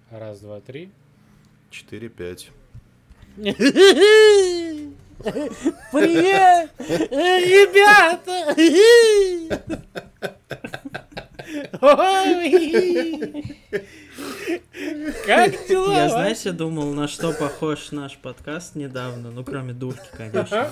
Раз, два, три. 4, 5. Привет, ребята! Как дела? Я, знаете, думал, на что похож наш подкаст недавно, ну, кроме дурки, конечно.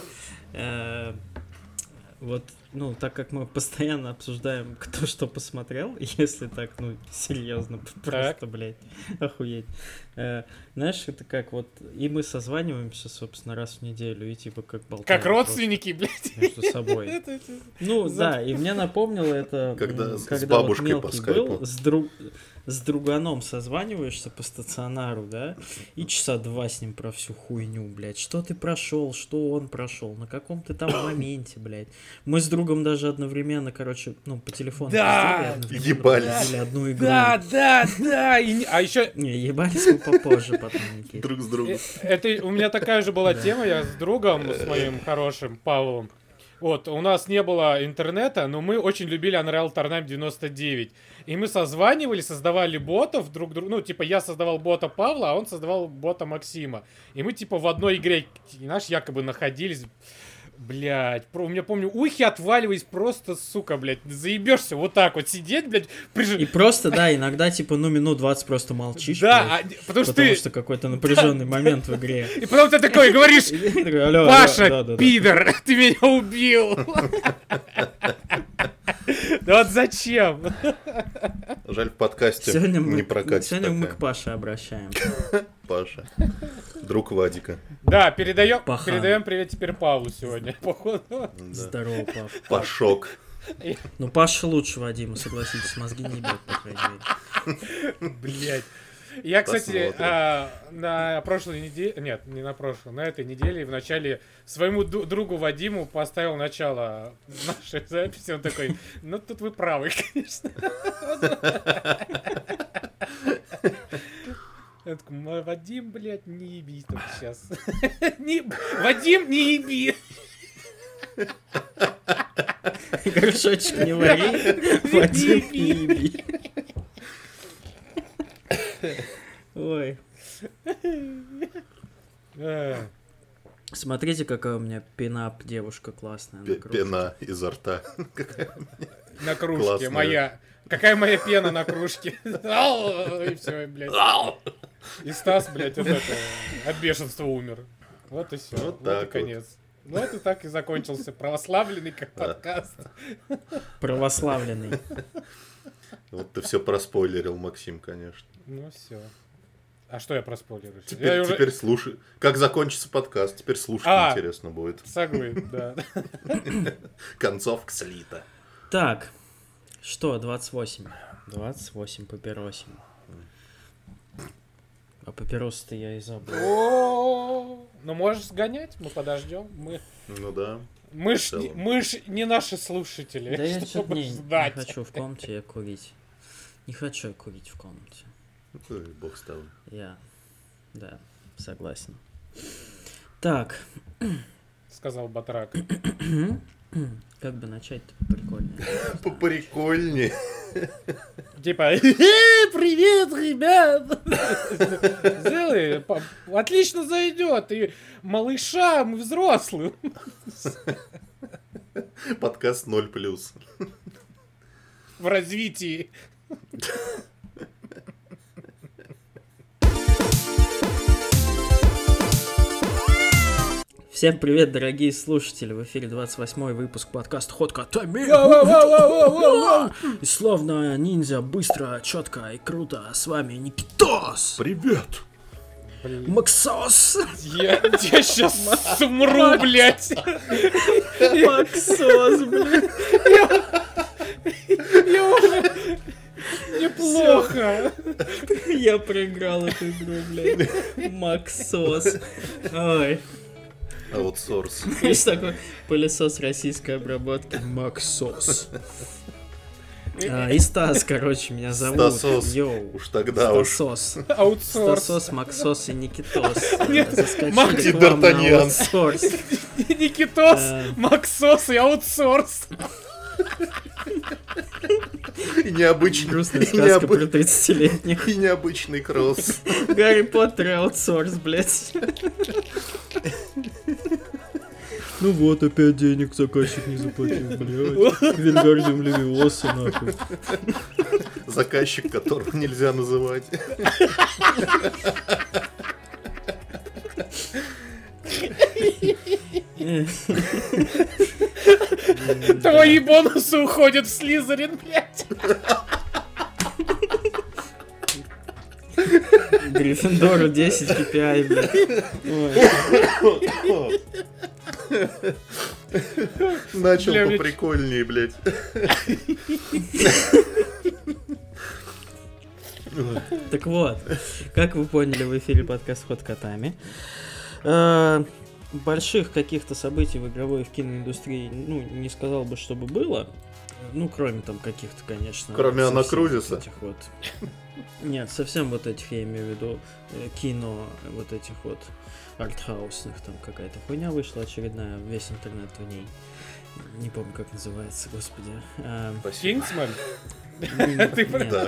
Вот, ну, так как мы постоянно обсуждаем, кто что посмотрел, если так, ну, серьезно, просто, блядь, охуеть. Знаешь, это как вот, и мы созваниваемся, собственно, раз в неделю, и типа как болтаем. Как родственники, блядь. Между собой. Ну, да, и мне напомнило это, Когда с вот бабушкой мелкий по скайпу. был, с друганом созваниваешься по стационару, да, и часа 2 с ним про всю хуйню, блядь. Что ты прошел, что он прошел, на каком ты там моменте, блядь. Мы с другом даже одновременно, короче, ну, по телефону Да, ебались. одну игру. Да. А еще... Не, ебались мы попозже потом, Никита. Друг с другом. Это у меня такая же была тема, я с другом, с моим хорошим Павлом. Вот, у нас не было интернета, но мы очень любили Unreal Tournament 99. И мы созванивали, создавали ботов друг другу. Ну, типа, я создавал бота Павла, а он создавал бота Максима. И мы, типа, в одной игре, знаешь, якобы находились. Блядь, у меня, помню, ухи отваливались просто, сука, блядь. Заебешься вот так вот сидеть, блядь. И просто, да, иногда, типа, ну, минут 20 просто молчишь. Да, блядь, потому что какой-то напряженный момент в игре. И потом ты такой говоришь: Алло, Паша, да. пидор, ты меня убил. Да вот зачем? Жаль, в подкасте Сегодня не прокатит мы такая. к Паше обращаемся. Паша. Друг Вадика. Да, передаем Пахан. привет теперь Павлу сегодня, походу. Да. Здорово, Пав. Пашок. Ну, Паша лучше Вадима, согласитесь, мозги не ебет, по крайней мере. Блять. Я, кстати, Посмотрим. на прошлой неделе, нет, не на прошлой, на этой неделе в начале своему другу Вадиму поставил начало нашей записи. Он такой: ну тут вы правы, конечно. Я такой: Вадим, блядь, не еби там сейчас. Вадим, не еби. Горшочек не вари, Вадим не еби. Ой. Смотрите, какая у меня пинап девушка классная. на кружке. Пена изо рта. На кружке Классная. моя. Какая моя пена на кружке? И все, блядь. И Стас, блядь, от бешенства умер. Вот и все. Вот Вот так и конец. Вот и так и закончился православленный как подкаст. Православленный. Вот ты все проспойлерил, Максим, конечно. Ну все. А что я проспойлерю? Теперь слушай. Как закончится подкаст, теперь слушать интересно будет. Согласен, да. Концовка слита. Так, что, 28? 28 папиросим. А папиросы-то я и забыл. Ну можешь сгонять, мы подождем. Ну да. Мы ж не наши слушатели. Да я что-то чтобы не ждать. хочу в комнате я курить. Не хочу я курить в комнате. Ну и бог с тобой. Да, согласен. Так, Сказал Батрак. как бы начать-то прикольно. Поприкольнее. Типа: привет, ребят! Сделай, отлично зайдет. И малышам, и взрослым. Подкаст 0+. В развитии. Всем привет, дорогие слушатели! В эфире 28-й выпуск подкаста Ходка Тами. И словно ниндзя, быстро, четко и круто. С вами Никитос! Привет! Максос! Я сейчас умру, блядь. Максос, блядь! Я уже... Неплохо. Я проиграл эту игру, блядь. Максос. Ой. Аутсорс. Есть такой пылесос российской обработки. Максос. И Стас, короче, меня зовут. Стасос. Йоу. Уж тогда уж. Стасос. Аутсорс. Стасос, Максос и Никитос. Нет, Заскочили Макс к вам на Д'Артаньян. аутсорс. Никитос, Максос и аутсорс. И необычный. Грустная сказка про 30-летних. И необычный кросс. Гарри Поттер аутсорс, блядь. Ну вот, опять денег заказчик не заплатил, блядь. Вингардиум Левиоса, нахуй. Заказчик, которого нельзя называть. Твои бонусы уходят в Слизерин, блядь. Гриффиндору 10 KPI, блядь. Ой. Начал поприкольнее, блядь. Так вот, как вы поняли, в эфире подкаст «Ход котами». Больших каких-то событий в игровой и в киноиндустрии, ну, не сказал бы, чтобы было. Ну, кроме там каких-то, конечно... Кроме Анакрузиса. Вот. Нет, совсем вот этих, я имею в виду, кино, вот этих вот артхаусных, там какая-то хуйня вышла очередная, весь интернет в ней. Не помню, как называется, господи. Кингсман? Да.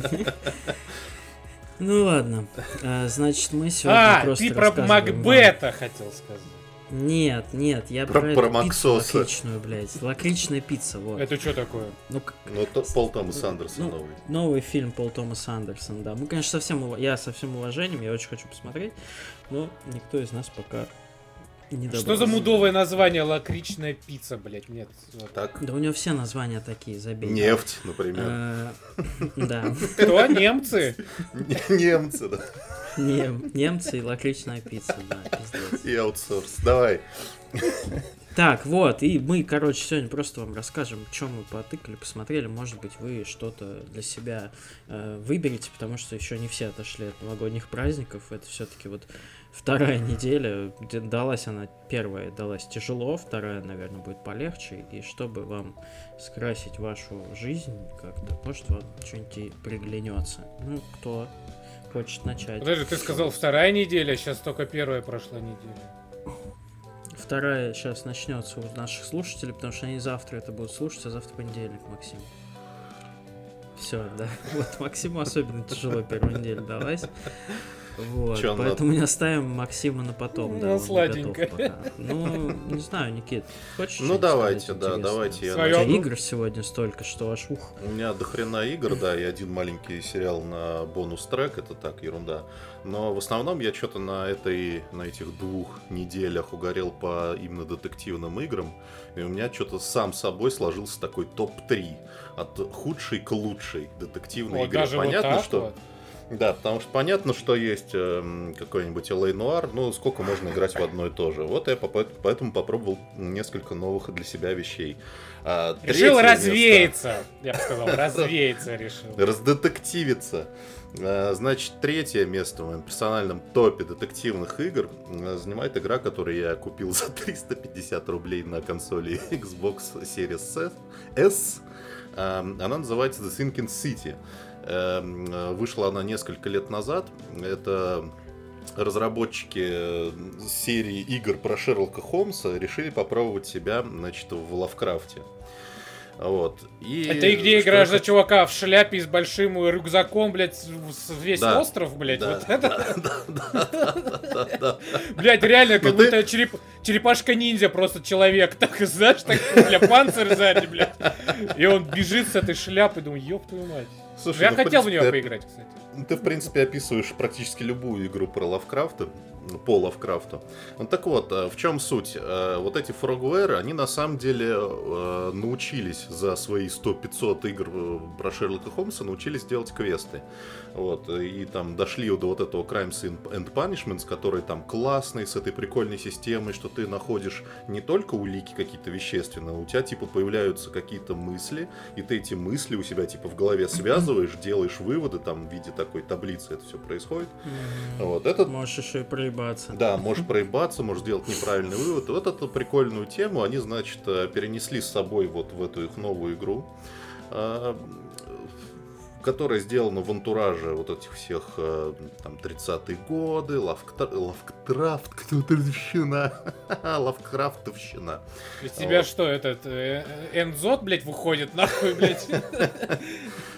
Ну ладно, значит, мы сегодня просто ты про Макбета хотел сказать. Нет, я про эту пиццу Максоса. лакричную, блядь. Лакричная пицца, вот. Это что такое? Ну, это Пол Томас Андерсон новый. Новый фильм Пол Томас Андерсон, да. Мы, конечно, я со всем уважением, я очень хочу посмотреть, но никто из нас пока не добрался. Что за мудовое название лакричная пицца, блядь? Нет. Так. Да у него все названия такие, забей. Нефть, например. Да. Кто? Немцы? Немцы, да. Немцы и лакричная пицца, да, пиздец. И аутсорс. Давай. Так, вот, и мы, короче, сегодня просто вам расскажем, что мы потыкали, посмотрели. Может быть, вы что-то для себя выберете, потому что еще не все отошли от новогодних праздников. Это все-таки вот вторая неделя. Далась она, первая далась тяжело, вторая, наверное, будет полегче. И чтобы вам скрасить вашу жизнь как-то, может, вам что-нибудь и приглянется. Ну, кто хочет начать? Подожди, ты сказал вторая неделя, сейчас только первая прошла неделя. Вторая сейчас начнется у наших слушателей, потому что они завтра это будут слушать, а завтра понедельник, Максим. Все, да. Вот Максиму особенно тяжело первую неделю далась. Вот, Чё, поэтому не оставим Максима на потом, да, он не сладенько. готов пока. Ну, не знаю, Никит, хочешь? Ну что-нибудь давайте, сказать да, интересное? давайте. Своё? У тебя игр сегодня столько, что аж ух. У меня дохрена игр, да, и один маленький сериал на бонус-трек, это так, ерунда. Но в основном я что-то на этих 2 неделях угорел по именно детективным играм, и у меня что-то сам собой сложился такой топ-3 от худшей к лучшей детективной игры. Даже Понятно, вот так что... вот? Да, потому что понятно, что есть какой-нибудь L.A. Noire, ну сколько можно играть в одно и то же. Вот я поэтому попробовал несколько новых для себя вещей. Решил развеяться, я бы сказал, развеяться решил. Раздетективиться. Значит, 3-е место в моем персональном топе детективных игр занимает игра, которую я купил за 350 рублей на консоли Xbox Series S. Она называется The Sinking City. Вышла она несколько лет назад. Это разработчики серии игр про Шерлока Холмса решили попробовать себя, значит, в Лавкрафте. Вот. И это и где играешь за чувака в шляпе с большим рюкзаком, блядь, весь да, остров, блядь, да, вот это? да. Блядь, реально, как будто черепашка-ниндзя просто человек, так, знаешь, так, бля, панцирь сзади, блядь. И он бежит с этой шляпой, думаю, ёб твою мать. Слушай, я ну, хотел в принципе, нее поиграть, кстати. Ты, в принципе, описываешь практически любую игру про Лавкрафта, по Лавкрафту. Ну так вот, в чем суть? Вот эти Frogware, они на самом деле научились за свои 100-500 игр про Шерлока Холмса, научились делать квесты. Вот, и там дошли до вот этого Crimes and Punishments, который там классный, с этой прикольной системой, что ты находишь не только улики какие-то вещественные, у тебя типа появляются какие-то мысли, и ты эти мысли у себя типа в голове связываешь, делаешь выводы, там в виде такой таблицы это все происходит. Вот, это... Можешь еще и проебаться. Да, можешь проебаться, можешь сделать неправильный вывод. Вот эту прикольную тему они, значит, перенесли с собой вот в эту их новую игру, которая сделана в антураже вот этих всех там 30-е годы,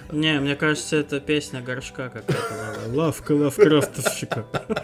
Не, мне кажется, это песня Горшка какая-то. Лавка лавкрафтовщика.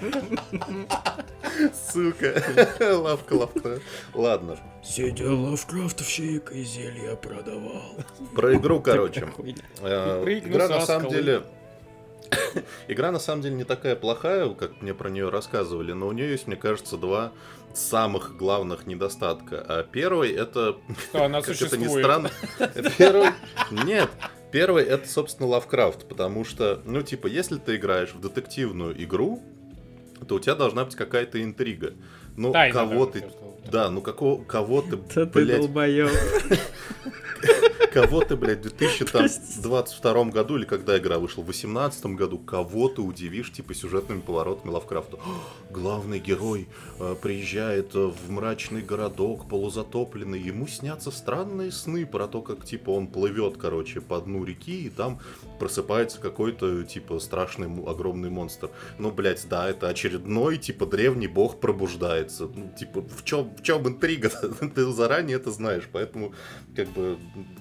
Сука. Лавка. Ладно. Сидел лавкрафтовщик и зелья продавал. Про игру, короче. Прыгну Игра со на самом скалы. деле... Игра на самом деле не такая плохая, как мне про нее рассказывали, но у нее есть, мне кажется, два самых главных недостатка. А первый это... Что она как это существует. ни странно. Первый... Нет. Первый это, собственно, Лавкрафт, потому что, ну, типа, если ты играешь в детективную игру, то у тебя должна быть какая-то интрига. Ну, Тайна, кого даже, ты... я сказал. Да, ну кого ты, Да ты блядь, долбоёб. кого ты, блядь, в 2022 году, или когда игра вышла, в 2018 году, кого ты удивишь, типа, сюжетными поворотами Лавкрафта. Главный герой приезжает в мрачный городок, полузатопленный, ему снятся странные сны про то, как, типа, он плывет, короче, по дну реки, и там просыпается какой-то, типа, страшный огромный монстр. Ну, блядь, да, это очередной, типа, древний бог пробуждается. Ну, типа, в чем интрига-то? Ты заранее это знаешь, поэтому, как бы...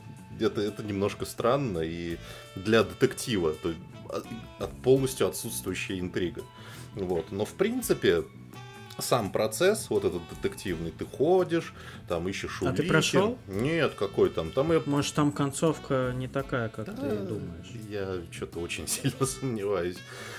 Это немножко странно и для детектива, то есть полностью отсутствующая интрига. Вот. Но в принципе сам процесс, вот этот детективный, ты ходишь, там ищешь улики. А ты прошел? Нет, какой там? Там я... Может, там концовка не такая, как ты думаешь? Я что-то очень сильно сомневаюсь.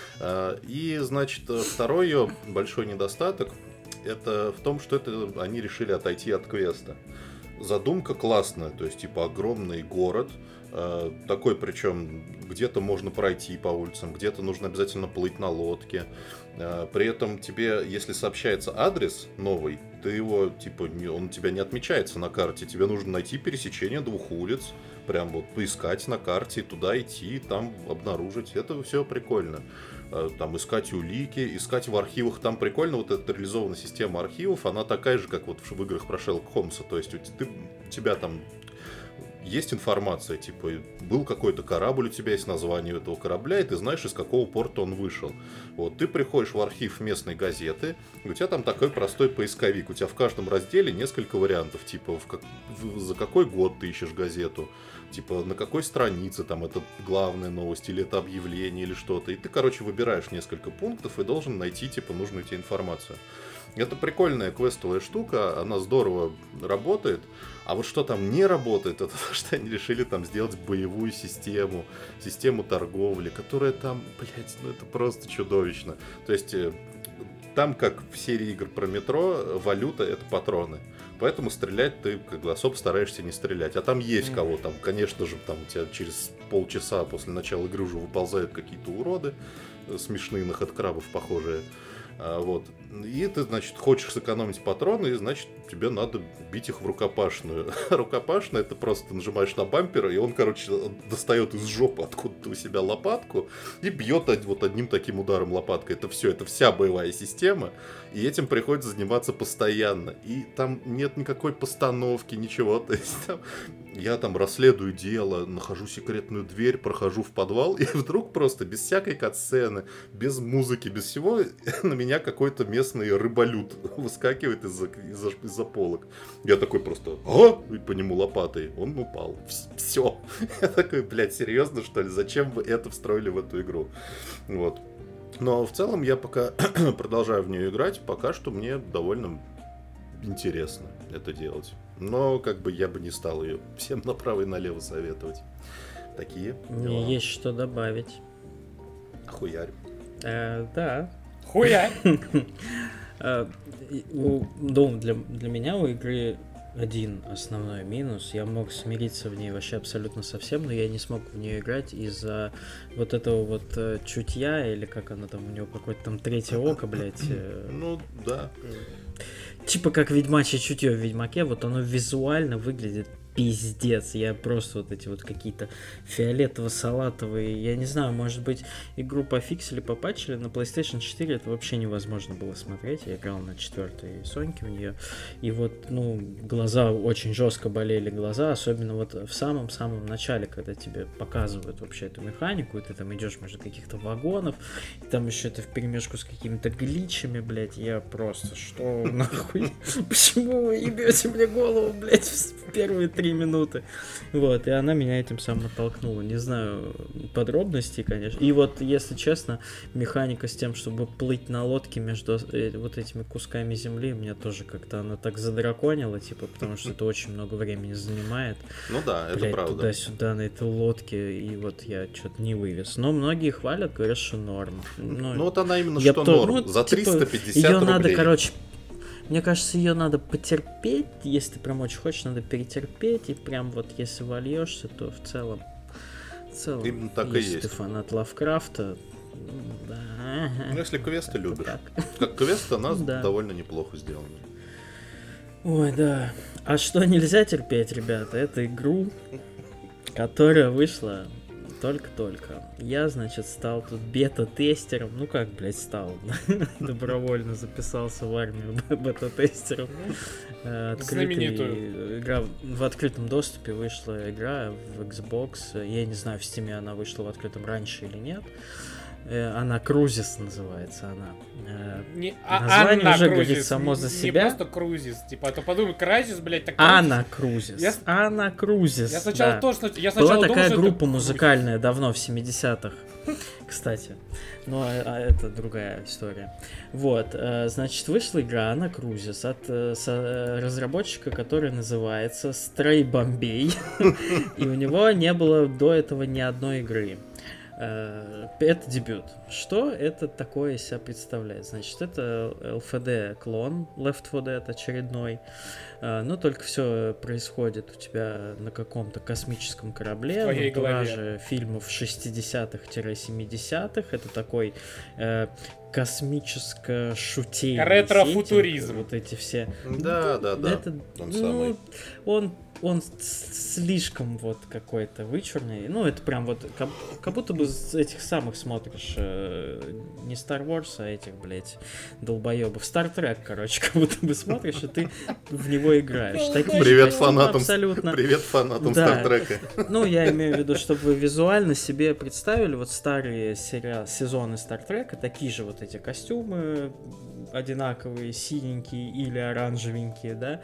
И, значит, второй ее большой недостаток это в том, что они решили отойти от квеста. Задумка классная, то есть, типа, огромный город, такой, причем, где-то можно пройти по улицам, где-то нужно обязательно плыть на лодке. При этом тебе, если сообщается адрес новый, ты его, типа, он у тебя не отмечается на карте, тебе нужно найти пересечение двух улиц, прям вот поискать на карте, туда идти, там обнаружить. Это все прикольно. Там искать улики, искать в архивах. Там прикольно, вот эта реализованная система архивов, она такая же, как вот в играх про Шерлока Холмса. То есть у тебя там есть информация, типа, был какой-то корабль, у тебя есть название этого корабля, и ты знаешь, из какого порта он вышел. Вот, ты приходишь в архив местной газеты, и у тебя там такой простой поисковик. У тебя в каждом разделе несколько вариантов, типа, за какой год ты ищешь газету, типа, на какой странице, там, это главная новость, или это объявление, или что-то. И ты, короче, выбираешь несколько пунктов и должен найти, типа, нужную тебе информацию. Это прикольная квестовая штука, она здорово работает. А вот что там не работает, это то, что они решили там сделать боевую систему торговли, которая там, блядь, ну это просто чудовищно. То есть там, как в серии игр про метро, валюта — это патроны. Поэтому стрелять ты как бы особо стараешься не стрелять. А там есть кого там, конечно же, там у тебя через полчаса после начала игры уже выползают какие-то уроды, смешные на хэдкрабов похожие. Вот. И ты, значит, хочешь сэкономить патроны, и, значит, тебе надо бить их в рукопашную. Рукопашная — это просто ты нажимаешь на бампер, и он, короче, достает из жопы откуда-то у себя лопатку и бьет вот одним таким ударом лопаткой. Это все, это вся боевая система, и этим приходится заниматься постоянно. И там нет никакой постановки, ничего. То есть там, я там расследую дело, нахожу секретную дверь, прохожу в подвал, и вдруг просто без всякой катсцены, без музыки, без всего на меня какой-то местный рыболют выскакивает из-за полок. Я такой просто и по нему лопатой. Он упал. Все. Я такой, блядь, серьезно, что ли? Зачем вы это встроили в эту игру? Вот. Но в целом я пока продолжаю в нее играть. Пока что мне довольно интересно это делать. Но как бы я бы не стал ее всем направо и налево советовать. Такие дела. Мне есть что добавить. Хуярь. Да. Хуя! Для меня у игры один основной минус. Я мог смириться в ней вообще абсолютно совсем, но я не смог в нее играть из-за вот этого вот чутья, или как оно там, у него какое-то там третье око, блядь. Ну, да. Типа как ведьмачье чутье в Ведьмаке, вот оно визуально выглядит пиздец. Я просто вот эти вот какие-то фиолетово-салатовые, я не знаю, может быть, игру пофиксили, попатчили, на PlayStation 4 это вообще невозможно было смотреть. Я играл на 4-й Соньке в нее, и вот, ну, глаза очень жестко болели, глаза, особенно вот в самом-самом начале, когда тебе показывают вообще эту механику, и ты там идешь между каких-то вагонов, и там еще это вперемешку с какими-то гличами, блядь, я просто, что нахуй? Почему вы ебете мне голову, блядь, в первые 3 3 минуты. Вот, и она меня этим самым оттолкнула. Не знаю подробностей, конечно. И вот, если честно, механика с тем, чтобы плыть на лодке между вот этими кусками земли, меня тоже как-то она так задраконила, типа, потому что это очень много времени занимает. Ну да, это правда. Туда-сюда на этой лодке, и вот я что-то не вывез. Но многие хвалят, говорят, что норм. Ну вот она именно что норм. За 350 ее рублей. Надо, короче, мне кажется, ее надо потерпеть, если ты прям очень хочешь, надо перетерпеть, и прям вот если вольешься, то в целом именно так если и есть. Ты фанат Лавкрафта, да. Ну, если квесты любишь. Так. Как квест, она довольно неплохо сделана. Ой, да. А что нельзя терпеть, ребята, это игру, которая вышла только-только. Я, значит, стал тут бета-тестером. Ну как, блядь, стал? Добровольно записался в армию бета-тестером. Знаменитую. Игра в открытом доступе вышла игра в Xbox. Я не знаю, в Steam она вышла в открытом раньше или нет. Она Крузис называется, она. Название Анна уже Крузис, говорит само за себя. Не просто Крузис, типа, а то подумай, Крайзис, блядь, так... Анна Крузис. Анна Крузис. Я сначала да. тоже... Была такая группа музыкальная давно, в 70-х, кстати. Но это другая история. Вот, значит, вышла игра Анна Крузис от разработчика, который называется Stray Bombay. И у него не было до этого ни одной игры. Это дебют. Что это такое из себя представляет? Значит, это LFD-клон, Left 4 Dead очередной, но только все происходит у тебя на каком-то космическом корабле, в антураже фильмов 60-х-70-х. Это такой космическо-шутейный ретро-футуризм. Вот эти все. Да. Это, он слишком вот какой-то вычурный. Ну, это прям вот как будто бы с этих самых смотришь не Star Wars, а этих, блядь, долбоебов. Star Trek, короче, как будто бы смотришь, и ты в него играешь. Привет фанатам. Абсолютно. Привет фанатам Да. Star Trek. Ну, я имею в виду, чтобы вы визуально себе представили вот старые сезоны Star Trek, такие же вот эти костюмы одинаковые, синенькие или оранжевенькие, да.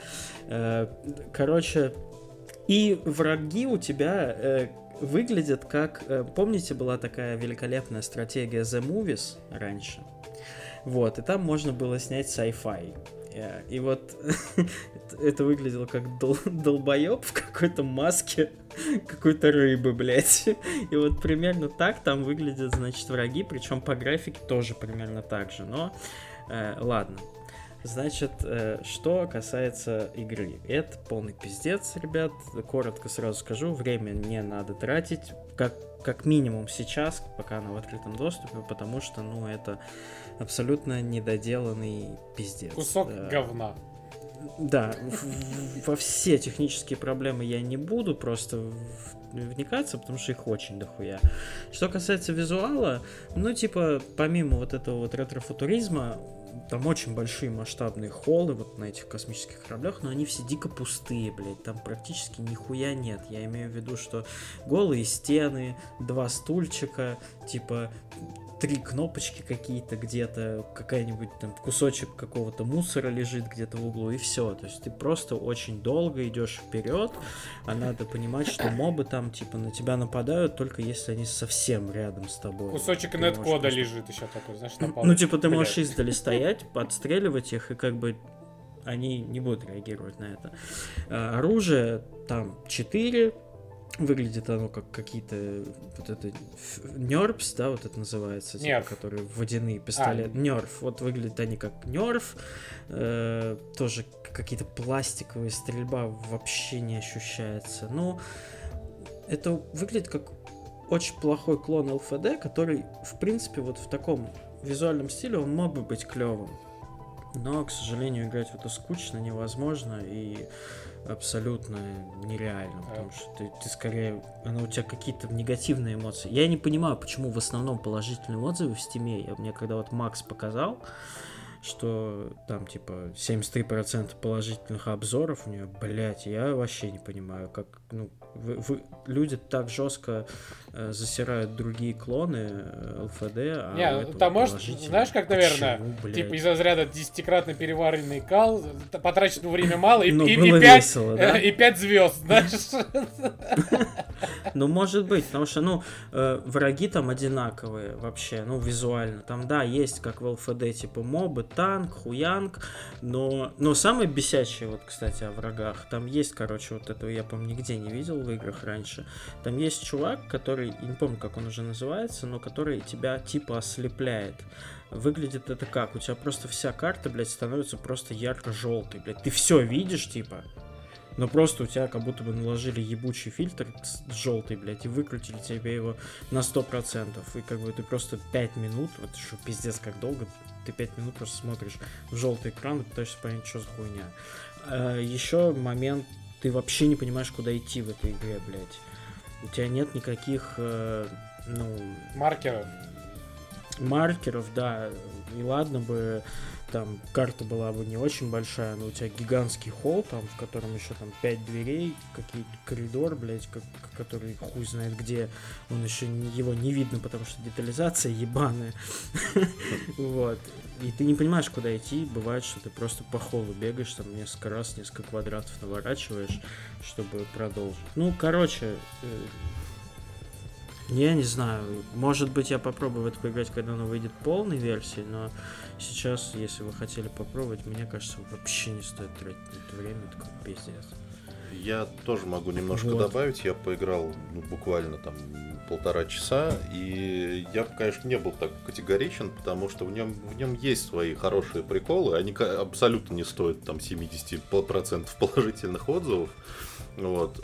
Короче, и враги у тебя выглядят как... Помните, была такая великолепная стратегия The Movies раньше? Вот, и там можно было снять sci-fi. И вот это выглядело как долбоеб в какой-то маске какой-то рыбы, блядь. И вот примерно так там выглядят, значит, враги, причем по графике тоже примерно так же. Но ладно. Значит, что касается игры. Это полный пиздец, ребят. Коротко сразу скажу, время не надо тратить. Как минимум сейчас, пока она в открытом доступе, потому что, ну, это абсолютно недоделанный пиздец. Кусок говна. Да, во все технические проблемы я не буду просто вникаться, потому что их очень дохуя. Что касается визуала, ну, типа, помимо вот этого вот ретро-футуризма, там очень большие масштабные холлы вот на этих космических кораблях, но они все дико пустые, блядь, там практически нихуя нет. Я имею в виду, что голые стены, 2 стульчика, типа 3 кнопочки какие-то где-то, какая-нибудь там кусочек какого-то мусора лежит где-то в углу, и все. То есть ты просто очень долго идешь вперед, а надо понимать, что мобы там типа на тебя нападают только если они совсем рядом с тобой. Кусочек нет-кода лежит еще такой, знаешь, на полу. Ну, типа, ты можешь издали стоять, подстреливать их, и как бы они не будут реагировать на это. Оружие там 4. Выглядит оно как какие-то вот это нерпс, да, вот это называется, типа, которые водяные пистолеты. Нерф. Вот выглядят они как нерф. Тоже какие-то пластиковые, стрельба вообще не ощущается. Ну, это выглядит как очень плохой клон LFD, который, в принципе, вот в таком визуальном стиле он мог бы быть клевым. Но, к сожалению, играть в это скучно, невозможно и абсолютно нереально, потому что ты скорее... у тебя какие-то негативные эмоции. Я не понимаю, почему в основном положительные отзывы в Стиме. Мне когда вот Макс показал, что там, типа, 73% положительных обзоров у нее, блять, я вообще не понимаю, как, ну, люди так жестко засирают другие клоны ЛФД, а Не, там может, знаешь, как, наверное, почему, типа из разряда 10-кратно переваренный кал, потраченного время мало, и 5 звезд, знаешь? Ну, может быть, потому что, ну, враги там одинаковые вообще, ну, визуально. Там, да, есть, как в ЛФД, типа, мобы, танк, хуянг, но самое бесячее, вот, кстати, о врагах, там есть, короче, вот этого я, по-моему, нигде не видел в играх раньше. Там есть чувак, который, я не помню, как он уже называется, но который тебя, типа, ослепляет. Выглядит это как? У тебя просто вся карта, блядь, становится просто ярко-желтой, блядь. Ты все видишь, типа, но просто у тебя как будто бы наложили ебучий фильтр желтый, блядь, и выкрутили тебе его на 100%. И как бы ты просто 5 минут, вот что пиздец как долго, ты 5 минут просто смотришь в желтый экран и пытаешься понять, что за хуйня. Еще момент, ты вообще не понимаешь, куда идти в этой игре, блядь. У тебя нет никаких, маркеров, да. И ладно бы там карта была бы не очень большая, но у тебя гигантский холл, там, в котором еще там 5 дверей, какие-то коридор, блядь, который хуй знает где, он еще его не видно, потому что детализация ебаная. Вот. И ты не понимаешь, куда идти. Бывает, что ты просто по холлу бегаешь, там несколько раз, несколько квадратов наворачиваешь, чтобы продолжить. Ну, короче, я не знаю. Может быть, я попробую в это поиграть, когда оно выйдет полной версии, но сейчас, если вы хотели попробовать, мне кажется, вообще не стоит тратить на это время, это как пиздец. Я тоже могу немножко добавить. Я поиграл буквально там 1,5 часа, и я, конечно, не был так категоричен, потому что в нем есть свои хорошие приколы. Они абсолютно не стоят там 70% положительных отзывов. Вот.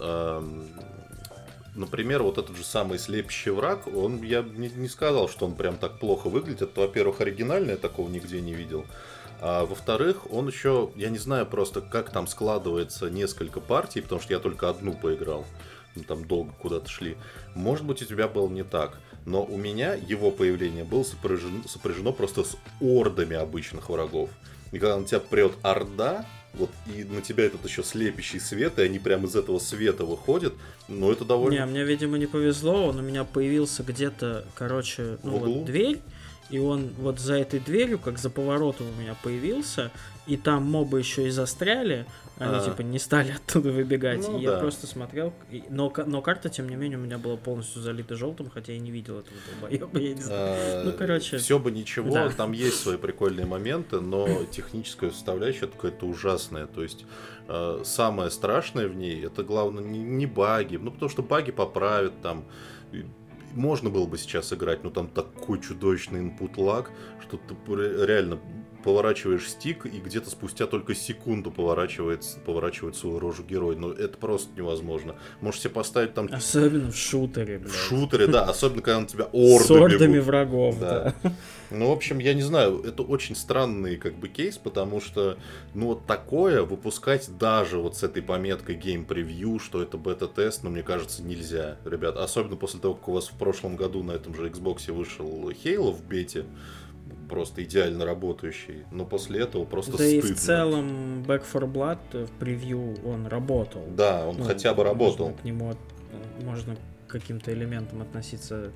Например, вот этот же самый слепящий враг, я не сказал, что он прям так плохо выглядит. Во-первых, оригинальный, я такого нигде не видел. А во-вторых, он еще, я не знаю просто, как там складывается несколько партий, потому что я только одну поиграл. Там долго куда-то шли. Может быть, у тебя было не так. Но у меня его появление было сопряжено просто с ордами обычных врагов. И когда на тебя прет орда, вот, и на тебя этот еще слепящий свет, и они прямо из этого света выходят, но это довольно... Не, мне, видимо, не повезло, он у меня появился где-то, короче, вот дверь, и он вот за этой дверью, как за поворотом у меня появился, и там мобы еще и застряли, они типа не стали оттуда выбегать, и я просто смотрел, но карта, тем не менее, у меня была полностью залита желтым, хотя я не видел этого долбоеба, я не знаю. Ну, короче... Все бы ничего, да. Там есть свои прикольные моменты, но техническая составляющая какая-то ужасная, то есть самое страшное в ней, это главное не баги, ну, потому что баги поправят там... Можно было бы сейчас играть, но там такой чудовищный input lag, что ты реально поворачиваешь стик, и где-то спустя только секунду поворачивает свою рожу герой. Но это просто невозможно. Можешь себе поставить там... Особенно в шутере, блядь. В шутере, да. Особенно, когда на тебя орды с ордами бегут. Врагов, да. Ну, в общем, я не знаю, это очень странный как бы кейс, потому что, ну, вот такое выпускать даже вот с этой пометкой Game Preview, что это бета-тест, ну, мне кажется, нельзя, ребят. Особенно после того, как у вас в прошлом году на этом же Xbox вышел Halo в бете, просто идеально работающий, но после этого просто да стыдно. Да и в целом Back 4 Blood в превью он работал. Да, он хотя бы работал. К нему можно к каким-то элементам относиться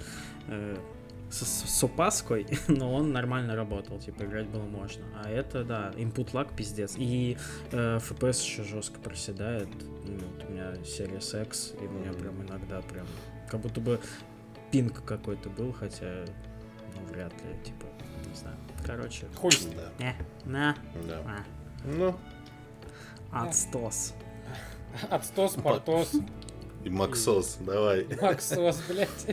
с опаской, но он нормально работал, типа играть было можно. А это, да, input lag пиздец. И FPS еще жестко проседает. Вот у меня Series X, и у меня прям иногда прям как будто бы пинг какой-то был, хотя, ну, вряд ли, типа, не знаю. Короче. Хуй. Да. Ну. Отстос. Отстос, портос. И Максос, давай. Максос, блядь.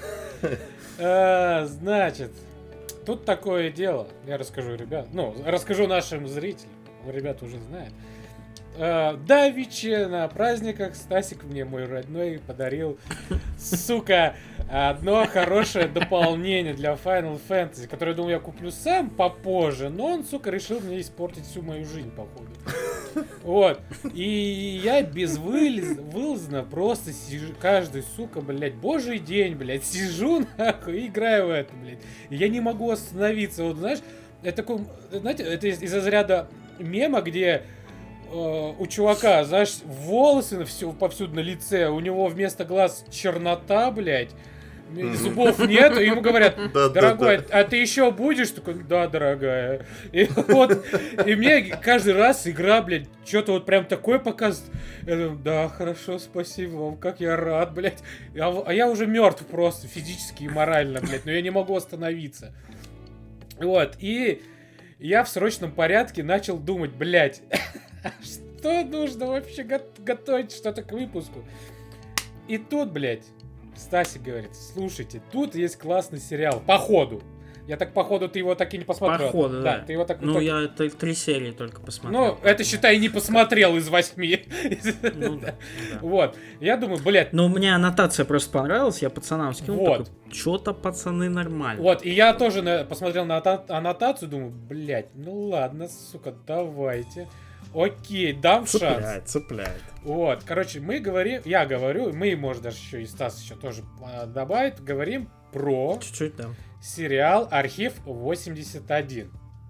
Значит, тут такое дело. Я расскажу, ребят. Ну, расскажу нашим зрителям. Ребята уже знают. Давеча на праздниках Стасик мне, мой родной, подарил, сука, одно хорошее дополнение для Final Fantasy, которое, я думал, я куплю сам попозже, но он, сука, решил мне испортить всю мою жизнь, походу. Вот. И я безвылазно просто сижу, каждый, сука, блядь, божий день, блядь, сижу, нахуй, и играю в это, блядь. И я не могу остановиться, вот, знаешь, Это такой, знаете, это из разряда мема, где у чувака, знаешь, волосы повсюду на лице, у него вместо глаз чернота, блядь, зубов нету, и ему говорят: дорогой, а ты еще будешь? Такой: да, дорогая. И вот, и мне каждый раз игра, блядь, что-то вот прям такое показывает. Я думаю: да, хорошо, спасибо вам, как я рад, блядь. А я уже мертв просто, физически и морально, блядь, но я не могу остановиться. Вот, и я в срочном порядке начал думать: блядь, что нужно вообще готовить что-то к выпуску? И тут, блядь, Стасик говорит: слушайте, тут есть классный сериал. Походу. Я так, походу, ты его так и не посмотрел. Походу, да. Ты его так ну, я 3 серии только посмотрел. Ну, это, считай, не посмотрел из 8. Ну, да. Вот. Я думаю, блядь. Ну, мне аннотация просто понравилась, я пацанам скинул, вот. Такой: что-то, пацаны, нормально. Вот, и я тоже посмотрел на аннотацию, думаю: блядь, ну ладно, сука, давайте. Окей, дам шанс. Цепляет. Вот, короче, я говорю, мы, может, даже еще и Стас еще тоже добавит, говорим про чуть-чуть, да. сериал «Архив 81».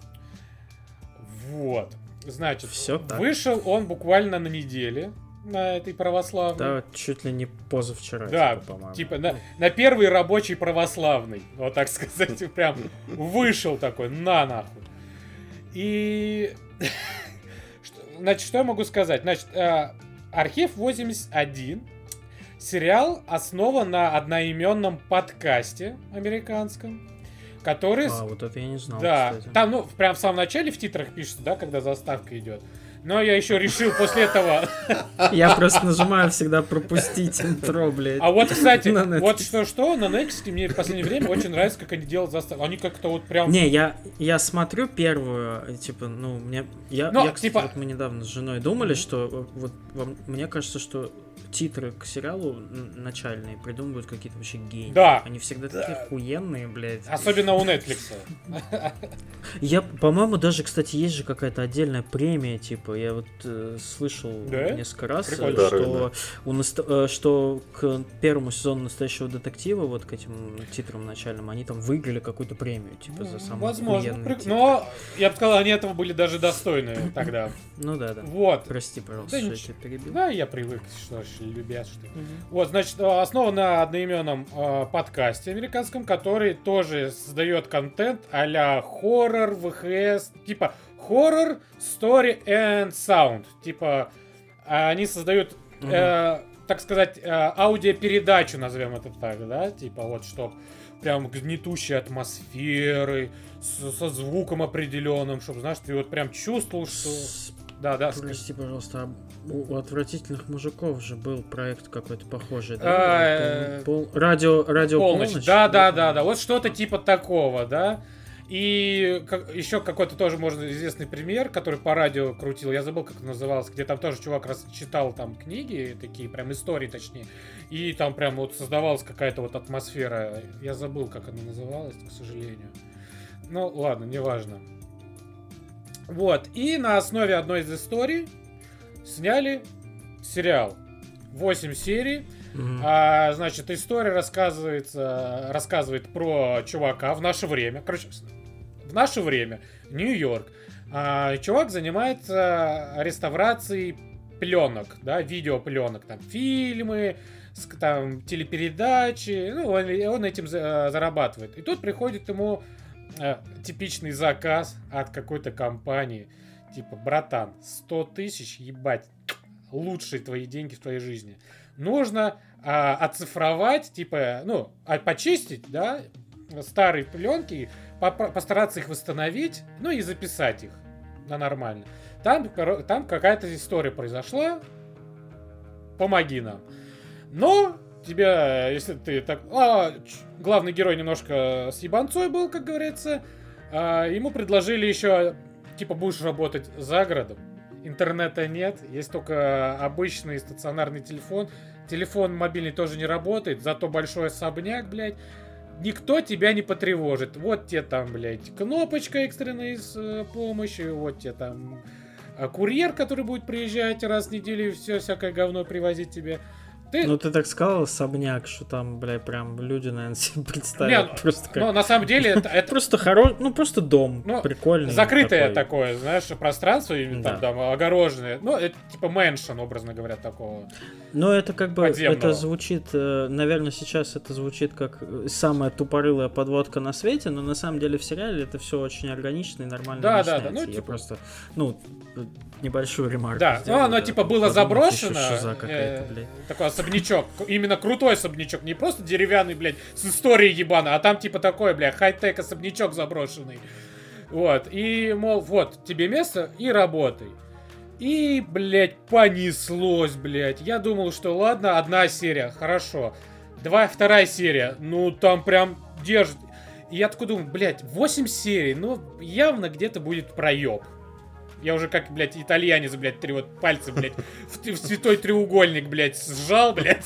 Вот, значит, вышел он буквально на неделе, на этой православной. Да, чуть ли не позавчера. Да, типа на первый рабочий православный, вот так сказать, прям вышел такой, нахуй. И... Значит, что я могу сказать? Значит, «Архив 81» сериал основан на одноименном подкасте американском, который... вот это я не знал, да, кстати. Там, ну, прям в самом начале в титрах пишется, да, когда заставка идет. Но я еще решил после этого... Я просто нажимаю всегда пропустить интро, блядь. А вот, кстати, вот что на Netflix мне в последнее время очень нравится, как они делают заставку. Они как-то вот прям... Не, я смотрю первую, типа, ну, мне... Я, кстати, типа... вот мы недавно с женой думали, что вот мне кажется, что титры к сериалу начальные придумывают какие-то вообще гении. Да. Они всегда такие охуенные, блядь. Особенно у Netflix. Я, по-моему, даже, кстати, есть же какая-то отдельная премия, типа, я вот слышал несколько раз, что к первому сезону «Настоящего детектива», вот к этим титрам начальным, они там выиграли какую-то премию, типа, за самый охуенный титр. Но, я бы сказал, они этого были даже достойны тогда. Ну да. Вот. Прости, пожалуйста, что я тебя перебил. Да, я привык, что любят, что... Вот, значит, основан на одноименном подкасте американском, который тоже создает контент а-ля хоррор, ВХС, типа хоррор, story and sound. Типа, они создают, так сказать, аудиопередачу, назовем это так, да? Типа, вот, что прям гнетущей атмосферы, со звуком определенным, чтобы, знаешь, ты вот прям чувствовал, что... Да. Прости, пожалуйста, у «Отвратительных мужиков» же был проект какой-то похожий, да? Радио «Полночь». Да. Вот что-то типа такого, да? И еще какой-то тоже, можно, известный пример, который по радио крутил, я забыл, как это называлось, где там тоже чувак читал там книги, такие прям истории, точнее, и там прям вот создавалась какая-то вот атмосфера, я забыл, как она называлась, к сожалению. Ну, ладно, неважно. Вот, и на основе одной из историй сняли сериал. 8 серий. Значит, история рассказывает про чувака в наше время. Короче, в наше время, Нью-Йорк. Чувак занимается реставрацией пленок, да, видеопленок, там, фильмы, там, телепередачи. Ну, он этим зарабатывает. И тут приходит ему типичный заказ от какой-то компании. Типа: братан, 100 тысяч, ебать, лучшие твои деньги в твоей жизни. Нужно оцифровать, типа, ну, почистить, да, старые пленки, постараться их восстановить, ну и записать их на нормально. Там какая-то история произошла, помоги нам. Но тебя, если ты так... главный герой немножко с ебанцой был, как говорится, ему предложили еще, типа, будешь работать за городом. Интернета нет, есть только обычный стационарный телефон. Телефон мобильный тоже не работает, зато большой особняк, блядь. Никто тебя не потревожит. Вот тебе там, блядь, кнопочка экстренной помощи, вот тебе там курьер, который будет приезжать раз в неделю и все всякое говно привозить тебе. Ну, ты так сказал, особняк, что там, бля, прям люди, наверное, себе представят. Не, просто как... Ну, на самом деле, это Просто хороший, ну, просто дом, прикольный. Закрытое такое, знаешь, пространство, Да. там огороженное. Ну, это типа мэншн, образно говоря, такого. Ну, это как бы, подземного. это звучит, наверное, сейчас это звучит как самая тупорылая подводка на свете, но на самом деле в сериале это все очень органично и нормально Да. объясняется. Ну, Я типа... просто, небольшую ремарку Да, сделал, ну, оно да. типа было Подумайте, заброшено. что шиза какая-то, блядь. Такой особнячок. Именно крутой особнячок. Не просто деревянный, блядь, с историей ебаной, а там типа такой, блядь, хай-тек особнячок заброшенный. Вот. И, мол, вот, тебе место и работай. И, блядь, понеслось, блядь. Я думал, что ладно, одна серия, хорошо. Вторая серия, ну там прям держит. И я такой думаю, блядь, 8 серий, ну явно где-то будет проеб. Я уже как, блядь, итальянец, блядь, пальцы, блядь, в святой треугольник, блядь, сжал, блядь.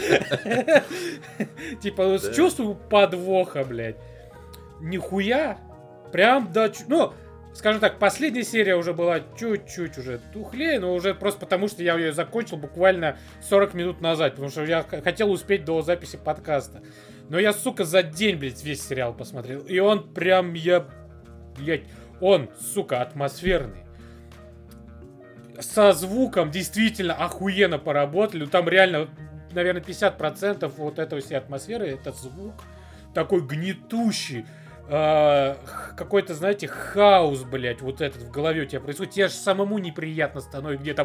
Типа, чувствую подвоха, блядь. Нихуя. Прям, да, ну, скажем так, последняя серия уже была чуть-чуть уже тухлее, но уже просто потому, что я ее закончил буквально 40 минут назад, потому что я хотел успеть до записи подкаста. Но я, сука, за день, блядь, весь сериал посмотрел. И он прям, он, сука, атмосферный. Со звуком действительно охуенно поработали. Там реально, наверное, 50% вот этой всей атмосферы, это звук такой гнетущий. Какой-то, знаете, хаос, блядь, вот этот в голове у тебя происходит. Тебе же самому неприятно становится, где там...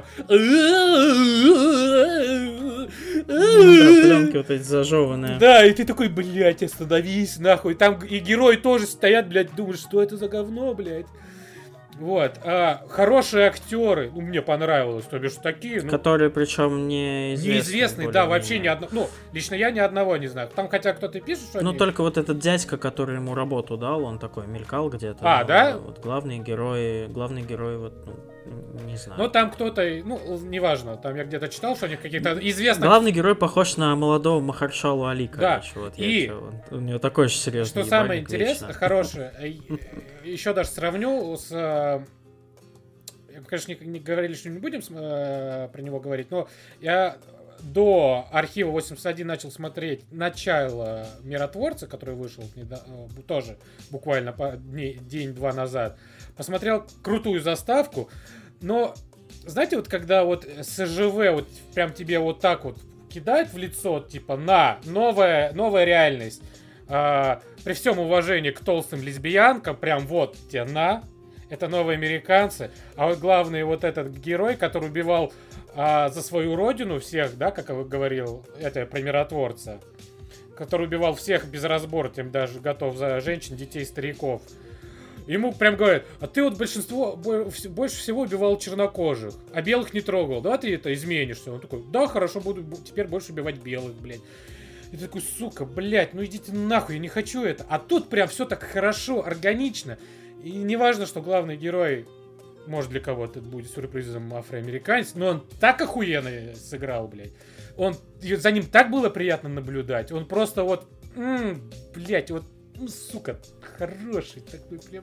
Пленки вот эти зажеванные. Да, и ты такой, блядь, остановись, нахуй. Там и герои тоже стоят, блядь, думают, что это за говно, блядь. Вот. Хорошие актеры. Ну, мне понравилось, то бишь такие. Ну, которые, причем, неизвестные, да, вообще ни одного. Ну, лично я ни одного не знаю. Там хотя кто-то пишет, что Ну, они... только вот этот дядька, который ему работу дал, он такой мелькал где-то. Да? Вот главный герой вот, не знаю. Ну, там кто-то, ну, неважно, там я где-то читал, что у них какие-то известные... Главный герой похож на молодого Махаршалу Али, короче. Да, вот и... у него такой же серьезный Что самое интересное, хорошее, еще даже сравню с... Конечно, не говорили, что не будем про него говорить, но я до архива 81 начал смотреть начало Миротворца, который вышел тоже буквально день-два назад. Посмотрел крутую заставку, но знаете, вот когда вот СЖВ вот прям тебе вот так вот кидает в лицо, типа, новая реальность, при всем уважении к толстым лесбиянкам, прям вот тебе это новые американцы, а вот главный вот этот герой, который убивал за свою родину всех, да, как говорил, это про Миротворца, который убивал всех без разбора, тем даже готов за женщин, детей, стариков. Ему прям говорят, а ты вот больше всего убивал чернокожих, а белых не трогал, да, ты это изменишься? Он такой, да, хорошо, буду теперь больше убивать белых, блядь. И ты такой, сука, блядь, ну идите нахуй, я не хочу это. А тут прям все так хорошо, органично. И не важно, что главный герой, может для кого-то это будет сюрпризом, афроамериканец, но он так охуенно сыграл, блядь. За ним так было приятно наблюдать. Он просто вот, блядь, вот, сука, хороший такой прям.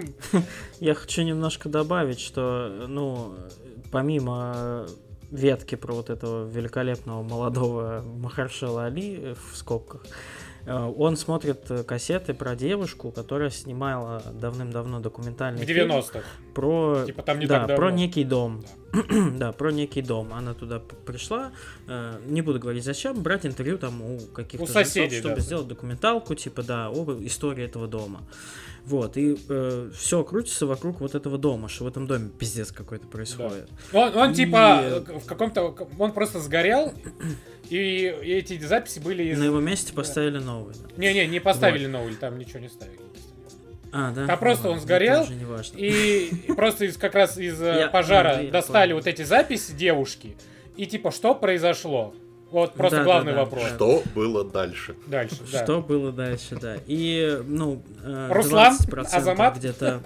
Я хочу немножко добавить, что, ну, помимо ветки про вот этого великолепного молодого Махаршала Али, в скобках, он смотрит кассеты про девушку, которая снимала давным-давно документальный фильм. В 90-х. Про, типа там не да, так давно. про некий дом. Да, про некий дом. Она туда пришла, не буду говорить зачем, брать интервью там у каких-то соседей, чтобы да, сделать документалку, типа, да, об истории этого дома. Вот, и все крутится вокруг вот этого дома, что в этом доме пиздец какой-то происходит. Да. Он типа в каком-то... Он просто сгорел, и эти записи были из... На его месте поставили новый. Да. Не поставили новый, там ничего не ставили. Да? Там просто он сгорел, и просто как раз из пожара достали вот эти записи девушки, и типа, что произошло? Вот просто главный вопрос. Что было дальше? Дальше, да. Что было дальше, да. И, ну, Руслан, 20% Азамат? где-то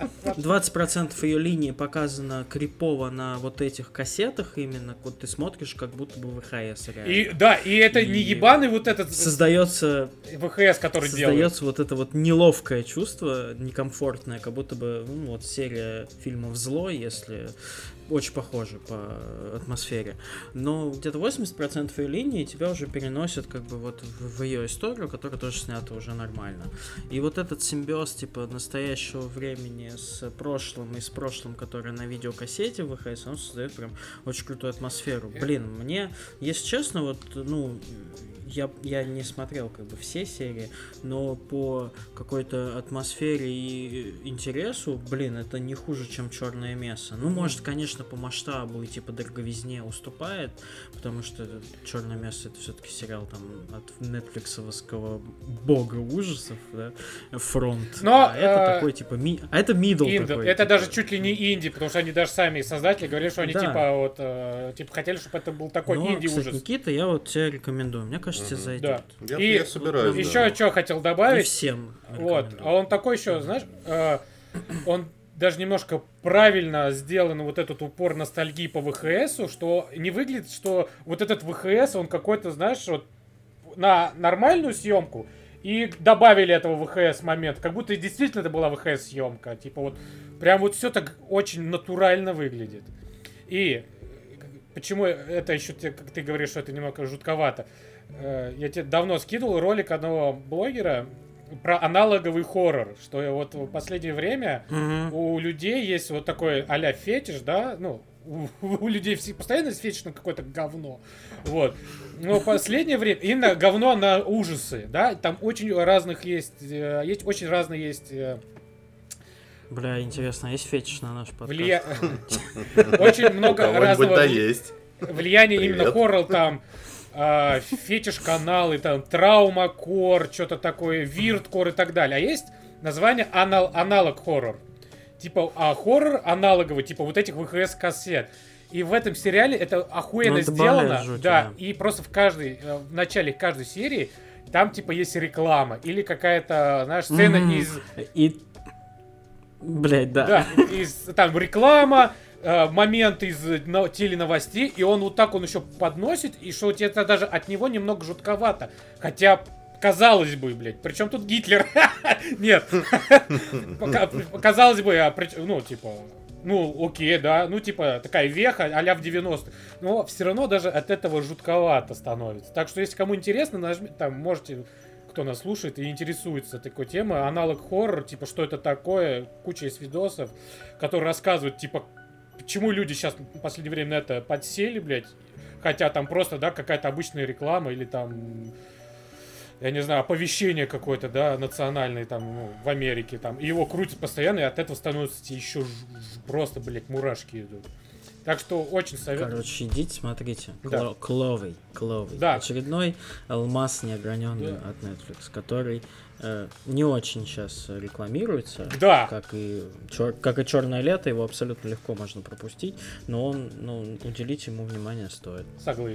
20% ее линии показано крипово на вот этих кассетах именно. Вот ты смотришь, как будто бы ВХС реально. И, да, и это не ебаный вот этот создается ВХС, который делает. Создается вот это вот неловкое чувство, некомфортное, как будто бы, ну, вот серия фильмов «Зло», если очень похожи по атмосфере. Но где-то 80% ее линии тебя уже переносят как бы вот в ее историю, которая тоже снята уже нормально. И вот этот симбиоз типа настоящего времени с прошлым и с прошлым, которое на видеокассете в ВХС, он создает прям очень крутую атмосферу. Блин, мне, если честно, вот, ну, я не смотрел как бы все серии, но по какой-то атмосфере и интересу, блин, это не хуже, чем «Черное место». Ну, может, конечно, по масштабу и типа дороговизне уступает, потому что «Черное место» это все-таки сериал там от нетфликсовского бога ужасов, да, фронт. Но, а это такой типа а это мидл такой. Это типа. даже чуть ли не инди, потому что они даже сами создатели говорили, что они Да. типа вот типа хотели, чтобы это был такой Но, инди-ужас. кстати, Никита, я вот тебе рекомендую. Мне кажется, тебе зайдет. Да. Я собираюсь. И Еще что хотел добавить. И всем Вот, рекомендую. а он такой еще, знаешь, он даже немножко правильно сделан вот этот упор ностальгии по ВХСу, что не выглядит, что вот этот ВХС, он какой-то, знаешь, вот на нормальную съемку и добавили этого ВХС момент, как будто действительно это была ВХС съемка, типа вот прям вот все так очень натурально выглядит. И почему это еще, как ты говоришь, что это немного жутковато. Я тебе давно скидывал ролик одного блогера про аналоговый хоррор, что вот в последнее время у людей есть вот такой а-ля фетиш, да, ну, у людей постоянно есть фетиш на какое-то говно, вот. Но в последнее время именно говно на ужасы, да, там очень разных есть очень разные есть... Бля, интересно, есть фетиш на наш подкаст? Очень много разного есть. влияния Привет. именно хоррор там. Фетиш-каналы, там, траумакор, что-то такое, вирткор и так далее. А есть название аналог-хоррор. Типа, хоррор аналоговый, типа вот этих ВХС-кассет. И в этом сериале это охуенно это сделано. жуть, да, и просто в начале каждой серии там, типа, есть реклама. Или какая-то, знаешь, сцена из... Блять, да. Да, там реклама, момент из теленовостей, и он вот так он еще подносит, и что это даже от него немного жутковато. Хотя, казалось бы, блядь, причем тут Гитлер? Нет. Казалось бы, ну, типа, ну, окей, да, ну, типа, такая веха а-ля в 90-х. Но все равно даже от этого жутковато становится. Так что, если кому интересно, там, можете... Кто нас слушает и интересуется такой темой, аналог хоррор, типа, что это такое, куча есть видосов, которые рассказывают, типа, почему люди сейчас в последнее время на это подсели, блядь, хотя там просто, да, какая-то обычная реклама или там, я не знаю, оповещение какое-то, да, национальное там, ну, в Америке, там, и его крутят постоянно, и от этого становится еще просто, блядь, мурашки идут. Так что очень советую. Короче, идите, смотрите. Да. Кловый. Да. Очередной алмаз неограненный от Netflix, который не очень сейчас рекламируется. Да. Как и «Черное лето», его абсолютно легко можно пропустить, но уделить ему внимание стоит. Соглы.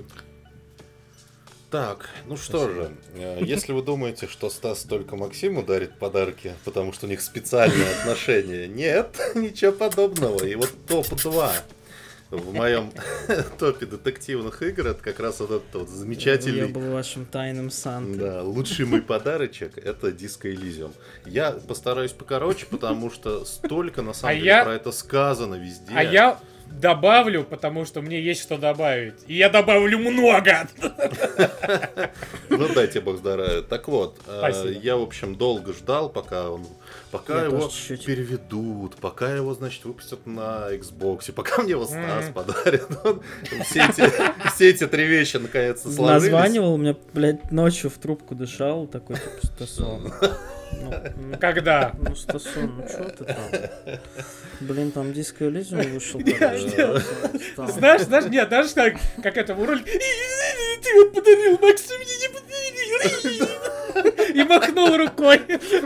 Так, ну что же, если вы думаете, что Стас только Максиму дарит подарки, потому что у них специальные отношения, нет, ничего подобного. И вот топ-2 в моем топе детективных игр, это как раз вот этот вот замечательный... Я был вашим тайным Сантой. Да, лучший мой подарочек — это Disco Elysium. Я постараюсь покороче, потому что столько, на самом деле, про это сказано везде. А я добавлю, потому что мне есть что добавить. И я добавлю много! Ну, дайте бог здоровья. Так вот, Спасибо. я, в общем, долго ждал, пока Я его тоже чуть-чуть. переведут, пока его, значит, выпустят на Xbox, пока мне его Стас подарит. Вот все эти три вещи наконец-то сложились. Названивал, меня, блядь, ночью в трубку дышал, такой, типа, Стасон. Когда? Ну, Стасон, ну чё ты там? Блин, там Disco Elysium вышел. Знаешь, нет, знаешь, как это в ролике. Ты вот подарил, Макс, ты мне не подарил. И махнул рукой.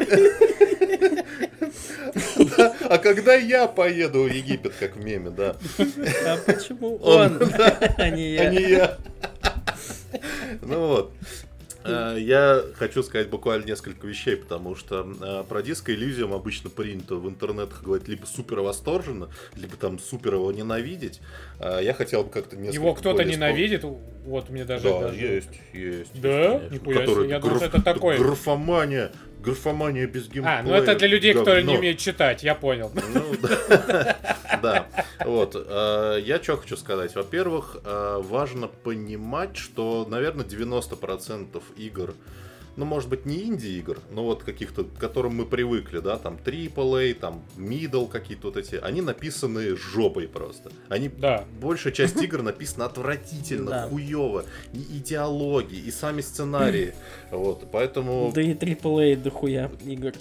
А когда я поеду в Египет, как в меме, да. А почему он, а не А не я? я. Ну вот. Я хочу сказать буквально несколько вещей, потому что про Disco Elysium обычно принято в интернетах говорить либо супер восторженно, либо там супер его ненавидеть. Я хотел бы как-то несколько... Его кто-то более ненавидит, вот мне даже... Да, есть. Да? конечно. Нихуя Который себе, я думал, что это такое. графомания, графомания без геймплея. Ну это для людей, говно. которые не умеют читать, я понял. Ну, да. Вот. Я что хочу сказать. Во-первых, важно понимать, что, наверное, 90% игр, ну, может быть, не инди-игр, но вот каких-то, к которым мы привыкли, да, там, AAA, там, middle какие-то вот эти, они написаны жопой просто. Большая часть игр написана отвратительно, хуёво. И диалоги, и сами сценарии. Вот, поэтому... Да и AAA дохуя игр,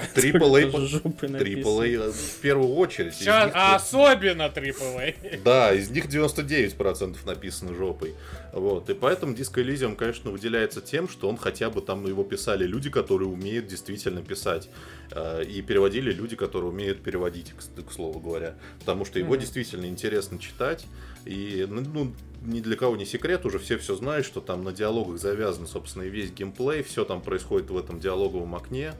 AAA в первую очередь. Сейчас, особенно AAA. Да, из них 99% написано жопой. Вот, и поэтому Disco Elysium, конечно, выделяется тем, что он хотя бы там его писали люди, которые умеют действительно писать. И переводили люди, которые умеют переводить, к слову говоря. Потому что его действительно интересно читать. И, ну, ни для кого не секрет, уже все знают, что там на диалогах завязан, собственно, и весь геймплей. Все там происходит в этом диалоговом окне.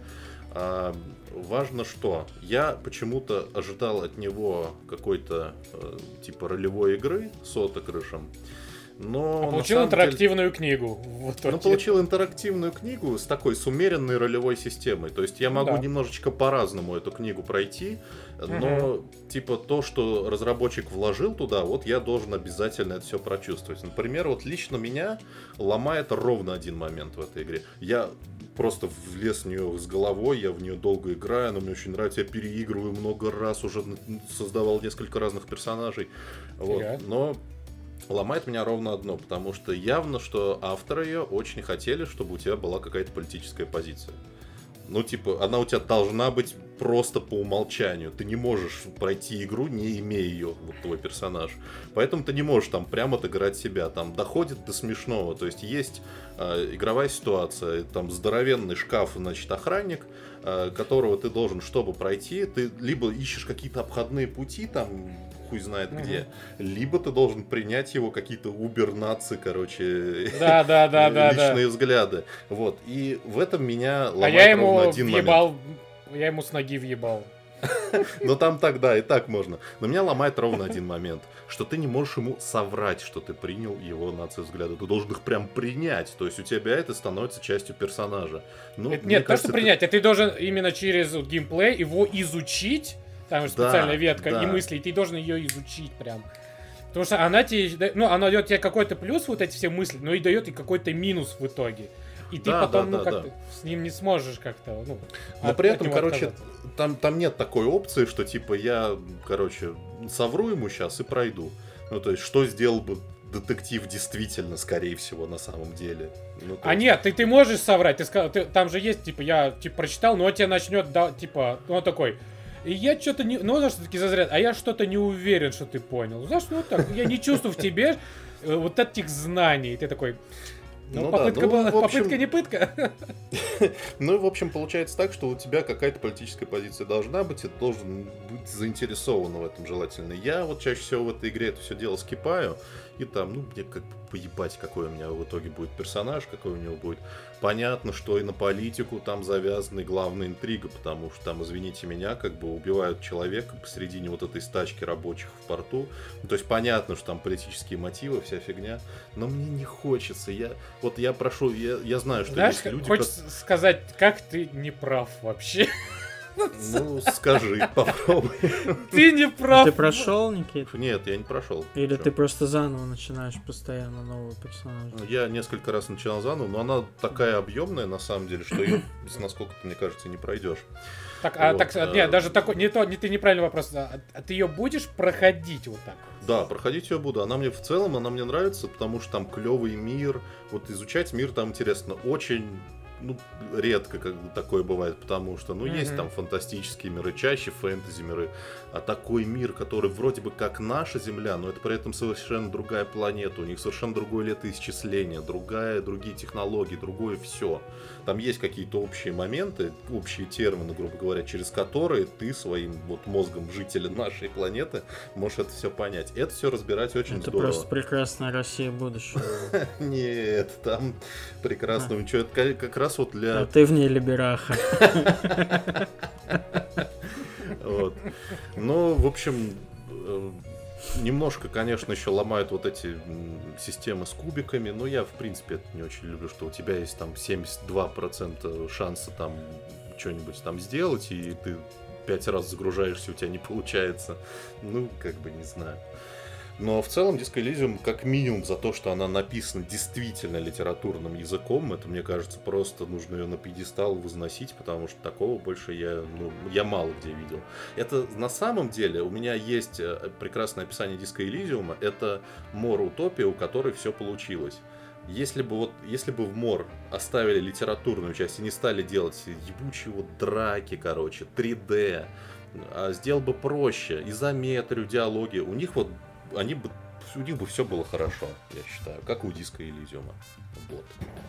Важно что? Я почему-то ожидал от него какой-то типа ролевой игры с отыгрышем. Но получил интерактивную книгу. Получил интерактивную книгу с такой, с умеренной ролевой системой. То есть я могу немножечко по-разному эту книгу пройти, но типа то, что разработчик вложил туда, вот я должен обязательно это все прочувствовать. Например, вот лично меня ломает ровно один момент в этой игре. Я просто влез в нее с головой, я в нее долго играю, она мне очень нравится, я переигрываю много раз, уже создавал несколько разных персонажей. Вот. Но ломает меня ровно одно, потому что явно, что авторы ее очень хотели, чтобы у тебя была какая-то политическая позиция. Ну, типа, она у тебя должна быть просто по умолчанию. Ты не можешь пройти игру, не имея ее, вот твой персонаж. Поэтому ты не можешь там прямо отыграть себя. Там доходит до смешного. То есть есть игровая ситуация, там здоровенный шкаф, значит, охранник, которого ты должен, чтобы пройти, ты либо ищешь какие-то обходные пути, там, хуй знает где, либо ты должен принять его какие-то убер-нации, короче, личные взгляды. Вот. И в этом меня ломает ровно один момент. Я ему с ноги въебал. Но там так, да, и так можно. Но меня ломает ровно один момент, что ты не можешь ему соврать, что ты принял его нации-взгляды. Ты должен их прям принять. То есть у тебя это становится частью персонажа. Ну, нет, то, что принять, а ты должен именно через геймплей его изучить. Там же специальная ветка и мысли, и ты должен ее изучить прям. Потому что она тебе, ну, она дает тебе какой-то плюс, вот эти все мысли, но и дает и какой-то минус в итоге. И ты потом, как-то с ним не сможешь как-то, ну, но при этом, короче, там нет такой опции, что типа я, короче, совру ему сейчас и пройду. Ну, то есть, что сделал бы детектив действительно, скорее всего, на самом деле. Ну, нет, ты можешь соврать, там же есть, типа, я прочитал, но он тебе начнет, да, типа, он такой... И я что-то не... Ну, знаешь, таки зазряд. А я что-то не уверен, что ты понял. Знаешь, ну так, я не чувствую в тебе вот этих знаний. И ты такой... Ну, попытка была, попытка не пытка. Ну, в общем, получается так, что у тебя какая-то политическая позиция должна быть, и ты должен быть заинтересован в этом желательно. Я вот чаще всего в этой игре это все дело скипаю, и там, ну, мне как бы поебать, какой у меня в итоге будет персонаж, какой у него будет. Понятно, что и на политику там завязана главная интрига, потому что там, извините меня, как бы убивают человека посередине вот этой стачки рабочих в порту. Ну, то есть понятно, что там политические мотивы, вся фигня, но мне не хочется. Я прошу, я знаю, что знаешь, есть люди... Хочется сказать, как ты не прав вообще. Ну, скажи, попробуй. Ты не прав. Ты прошел, Никит? Нет, я не прошел. Или ты просто заново начинаешь постоянно нового персонажа? Я несколько раз начинал заново, но она такая объемная, на самом деле, что ее, насколько ты, мне кажется, не пройдешь. Нет, даже такой, ты неправильный вопрос. А ты ее будешь проходить вот так? Да, проходить ее буду. Она мне в целом, она мне нравится, потому что там клевый мир. Вот изучать мир там интересно. Очень... Ну, редко как такое бывает, потому что, ну, есть там фантастические миры, чаще фэнтези миры, а такой мир, который вроде бы как наша Земля, но это при этом совершенно другая планета, у них совершенно другое летоисчисление, другие технологии, другое все. Там есть какие-то общие моменты, общие термины, грубо говоря, через которые ты своим вот мозгом жителя нашей планеты можешь это все понять. Это все разбирать очень здорово. Это просто прекрасная Россия будущего. Нет, там прекрасного ничего, это как раз вот для... А ты в ней либераха. Вот. Ну, в общем, немножко, конечно, еще ломают вот эти системы с кубиками, но я, в принципе, это не очень люблю, что у тебя есть там 72% шанса там что-нибудь там сделать, и ты 5 раз загружаешься, у тебя не получается. Ну, как бы, не знаю. Но в целом Disco Elysium, как минимум, за то, что она написана действительно литературным языком, это, мне кажется, просто нужно ее на пьедестал возносить, потому что такого больше я мало где видел. Это на самом деле, у меня есть прекрасное описание Disco Elysium, это мор-утопия, у которой все получилось. Если бы в мор оставили литературную часть и не стали делать ебучие драки, 3D, сделал бы проще, изометрию, диалоги, у них бы все было хорошо, я считаю, как у Disco Elysium. Вот.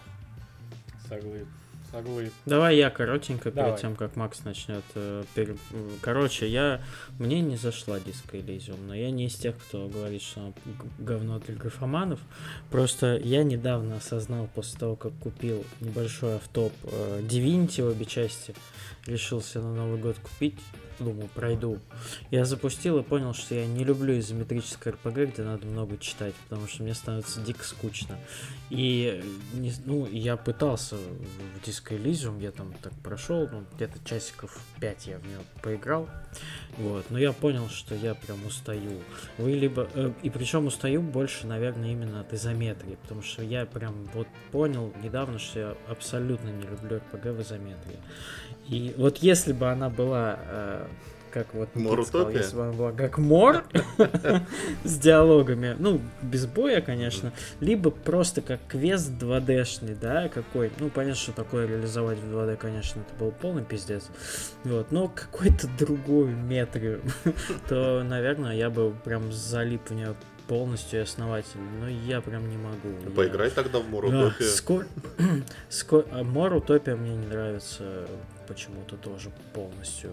Соглы. Давай я коротенько, Давай. перед тем, как Макс начнет. Короче, мне не зашла Disco Elysium, но я не из тех, кто говорит, что она говно для графоманов. Просто я недавно осознал, после того, как купил небольшой автоп Divinity в обе части, решился на Новый год купить, думаю, пройду. Я запустил и понял, что я не люблю изометрическое РПГ, где надо много читать, потому что мне становится дико скучно. И я пытался в Disco Elysium, я там так прошел, где-то часиков 5 я в нее поиграл. Вот, но я понял, что я прям устаю. И причем устаю больше, наверное, именно от изометрии, потому что я прям понял недавно, что я абсолютно не люблю РПГ в изометрии. И вот если бы она была, как Никита сказал, если бы она была как Мор, с диалогами, без боя, конечно, либо просто как квест 2D-шный, да, какой, понятно, что такое реализовать в 2D, конечно, это был полный пиздец, но какой-то другой метрию, то, наверное, я бы прям залип в нее полностью и основательно, но я прям не могу. Поиграй тогда в Мор-утопию. Мор-утопия мне не нравится почему-то тоже полностью.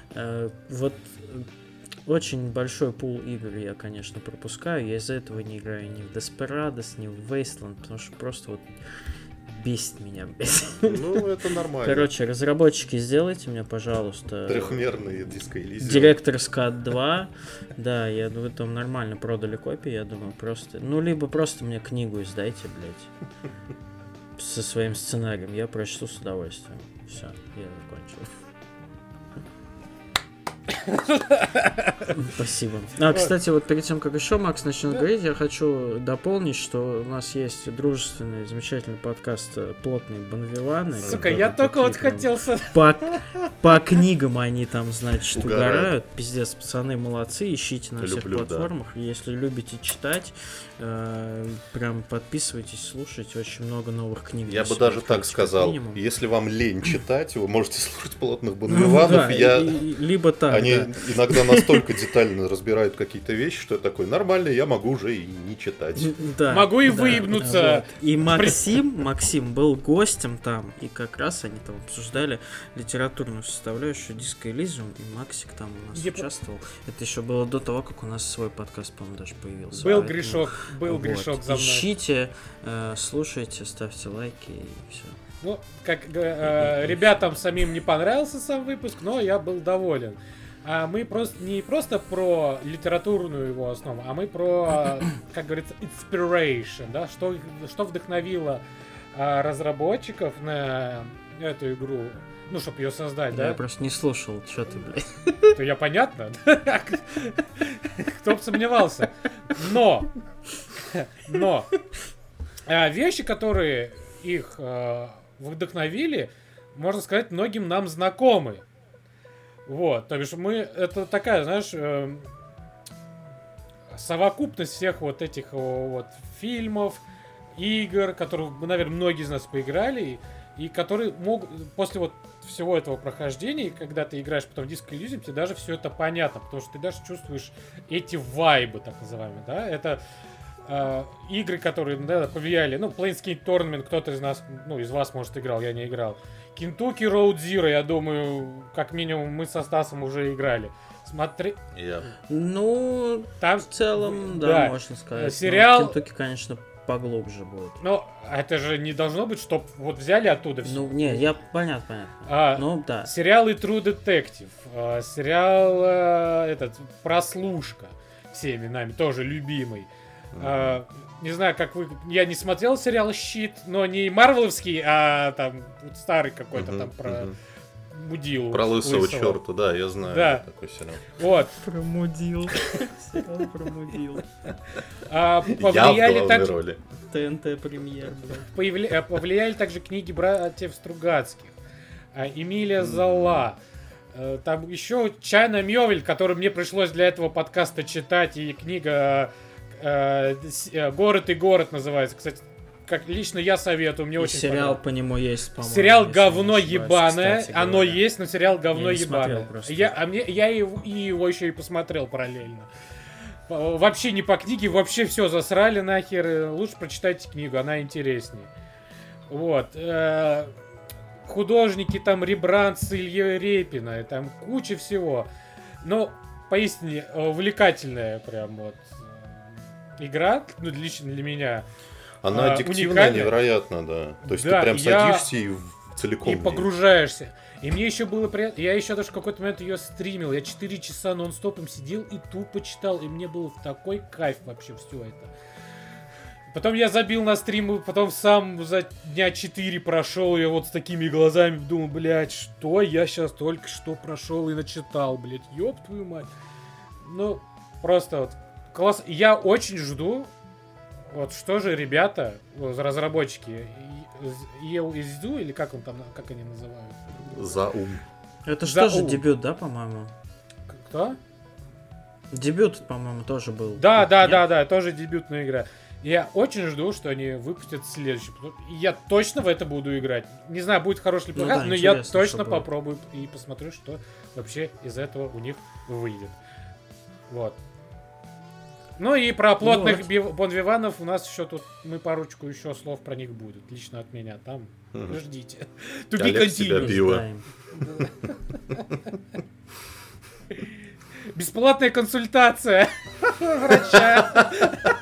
Очень большой пул игр я, конечно, пропускаю. Я из-за этого не играю ни в Desperados, ни в Wasteland, потому что просто бесит меня. Это нормально. Короче, разработчики, сделайте мне, пожалуйста, трехмерный Disco Elysium. Director's Cut 2. Да, вы там нормально продали копии, я думаю, просто... либо просто мне книгу издайте, блядь. Со своим сценарием. Я прочту с удовольствием. Все, я закончил. Спасибо. Кстати, перед тем, как еще Макс начнет говорить, я хочу дополнить, что у нас есть дружественный, замечательный подкаст «Плотные Бонвиваны». Сука, я только хотел... По книгам они там, значит, угорают. Пиздец, пацаны молодцы, ищите на всех платформах. Да. Если любите читать, прям подписывайтесь, слушайте. Очень много новых книг. Я бы даже так сказал. Если вам лень читать, вы можете слушать «Плотных Бонвиванов». Либо так, они иногда настолько детально разбирают какие-то вещи, что я такой, нормально, я могу уже и не читать. Могу и выебнуться. И Максим был гостем там, и как раз они там обсуждали литературную составляющую Disco Elysium, и Максик там у нас участвовал. Это еще было до того, как у нас свой подкаст, по-моему, даже появился. Был грешок за мной. Ищите, слушайте, ставьте лайки и все. Ребятам самим не понравился сам выпуск, но я был доволен. Мы не просто про литературную его основу, а мы про, как говорится, inspiration, да, что вдохновило разработчиков на эту игру, чтобы ее создать, да? Я просто не слушал, что ты, блядь. То я понятно. Кто бы сомневался. Но вещи, которые их вдохновили, можно сказать, многим нам знакомы. То бишь это такая, знаешь, совокупность всех этих фильмов, игр, которые, наверное, многие из нас поиграли, и которые могут, после всего этого прохождения, когда ты играешь потом в Disco Elysium, тебе даже все это понятно, потому что ты даже чувствуешь эти вайбы, так называемые, да, это игры, которые повлияли, Planescape Tournament, кто-то из нас, из вас, может, играл, я не играл. Kentucky Road Zero, я думаю, как минимум мы со Стасом уже играли. Смотри. Там в целом, да, можно сказать. Сериал... Kentucky, конечно, поглубже будет. Это же не должно быть, чтоб взяли оттуда все. Понятно. Да. Сериалы True Detective, сериал Прослушка, всеми нами тоже любимый. Не знаю, как вы... Я не смотрел сериал «Щит», но не марвеловский, а там старый какой-то там про мудилу. Про лысого черта, да, я знаю. Да. Такой сериал. Вот. Промудил. Сериал промудил. Я в Повлияли главной также, роли. ТНТ премьер, блядь. повлияли также книги братьев Стругацких. Эмилия Зола. Там еще Чайна Мёвель, которую мне пришлось для этого подкаста читать, и книга «Город и город» называется. Кстати, как лично я советую, мне И очень сериал понравилось. по нему есть, по-моему. Сериал если говно не ошибаюсь, ебаное, кстати оно говоря. есть, но сериал говно Я не смотрел ебаное. просто. Я его еще и посмотрел параллельно. Вообще не по книге, вообще все засрали нахер. Лучше прочитайте книгу, она интереснее. Вот. Художники там Рембрандт с Ильей Репиной, там куча всего. Но поистине увлекательная прям вот игра, ну лично для меня. Она аддиктивная, уникальная. невероятно, да. То есть Да, ты прям я- садишься и целиком И в ней. погружаешься. И мне еще было приятно. Я еще даже в какой-то момент ее стримил. Я 4 часа нон-стопом сидел и тупо читал. И мне было такой кайф вообще все это. Потом я забил на стрим, потом сам за дня 4 прошел. Я вот с такими глазами думал, блядь, что я сейчас только что прошел и начитал, блядь, ёб твою мать. Ну, просто вот класс. Я очень жду, вот что же ребята, разработчики, ELSU, или как он там, как они называют? За ум. Это За что же ум. дебют, да, по-моему? Кто? Дебют, по-моему, тоже был. Да, Нет? тоже дебютная игра. Я очень жду, что они выпустят следующий. И я точно в это буду играть. Не знаю, будет хороший или Ну плохой, да, но я интересно, точно что будет. попробую и посмотрю, что вообще из этого у них выйдет. Вот. Ну и про плотных Вот. бонвиванов у нас еще тут, мы парочку еще слов про них будет. Лично от меня. Там Мгм. ждите. To be Олег себя continued. бил. Пиво. Знаем. Бесплатная консультация врача.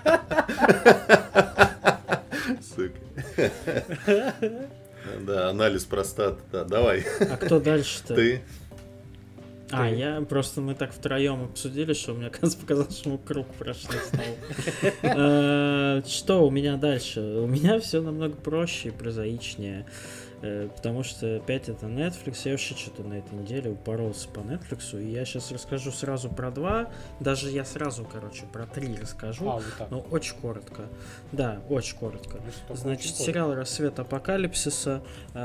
Сука. Да, анализ простаты. Да, давай. А кто дальше-то? Ты. Я просто мы так втроем обсудили, что мне показалось, что мы круг прошли снова. Что у меня дальше? У меня все намного проще и прозаичнее. Потому что опять это Netflix. Я вообще что-то на этой неделе упоролся по Netflix. И я сейчас расскажу сразу про 2. Даже я сразу, про 3 расскажу. Вот так. Но очень коротко. Да, очень коротко. Ну, Значит, очень сериал «Рассвет апокалипсиса»,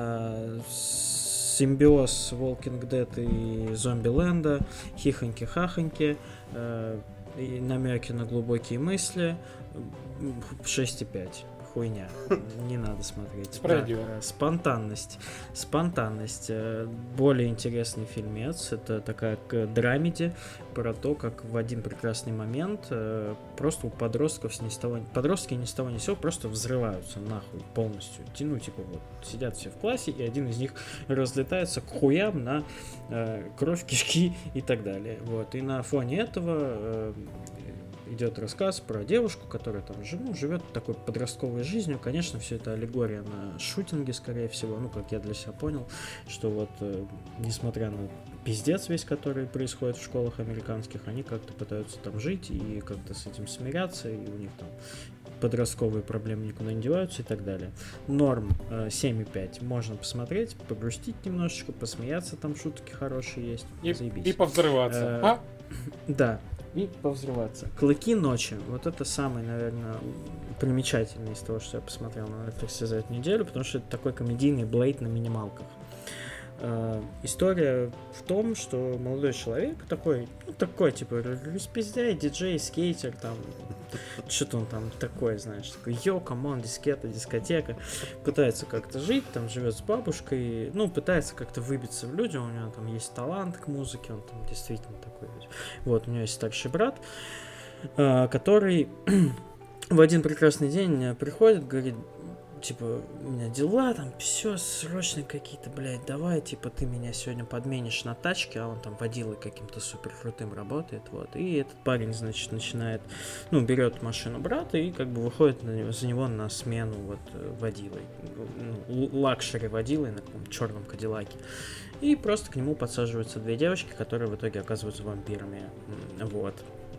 симбиоз Walking Dead и Зомбиленда, хихоньки-хахоньки, и намеки на глубокие мысли, 6,5. Хуйня. Не надо смотреть. Справедливо. Да, спонтанность. Более интересный фильмец. Это такая драмеди про то, как в один прекрасный момент просто у подростков подростки ни с того ни с сего просто взрываются нахуй полностью. Вот сидят все в классе, и один из них разлетается к хуям на кровь, кишки и так далее. Вот. И на фоне этого идет рассказ про девушку, которая там живет такой подростковой жизнью. Конечно, все это аллегория на шутинги, скорее всего. Ну, как я для себя понял, что вот, несмотря на пиздец весь, который происходит в школах американских, они как-то пытаются там жить и как-то с этим смиряться, и у них там подростковые проблемы никуда не деваются и так далее. Норм 7,5. Можно посмотреть, погрустить немножечко, посмеяться, там шутки хорошие есть. Заебись. И повзрываться. Да. И повзрываться. «Клыки ночи». Вот это самый, наверное, примечательный из того, что я посмотрел на Netflix за эту неделю, потому что это такой комедийный Блейд на минималках. История в том, что молодой человек такой, типа, распиздяй, диджей, скейтер, там, что-то он там такой, знаешь, такой, камон, дискета, дискотека, пытается как-то жить, там, живет с бабушкой, пытается как-то выбиться в люди, у него там есть талант к музыке, он там действительно такой, вот, у него есть старший брат, который в один прекрасный день приходит, говорит, типа, у меня дела, там, все, срочно какие-то, блядь, давай, типа, ты меня сегодня подменишь на тачке, а он там водилой каким-то супер крутым работает, вот, и этот парень, значит, начинает, берет машину брата и, как бы, выходит за него на смену, вот, водилой, лакшери водилой на каком-то черном кадиллаке, и просто к нему подсаживаются две девочки, которые в итоге оказываются вампирами, вот.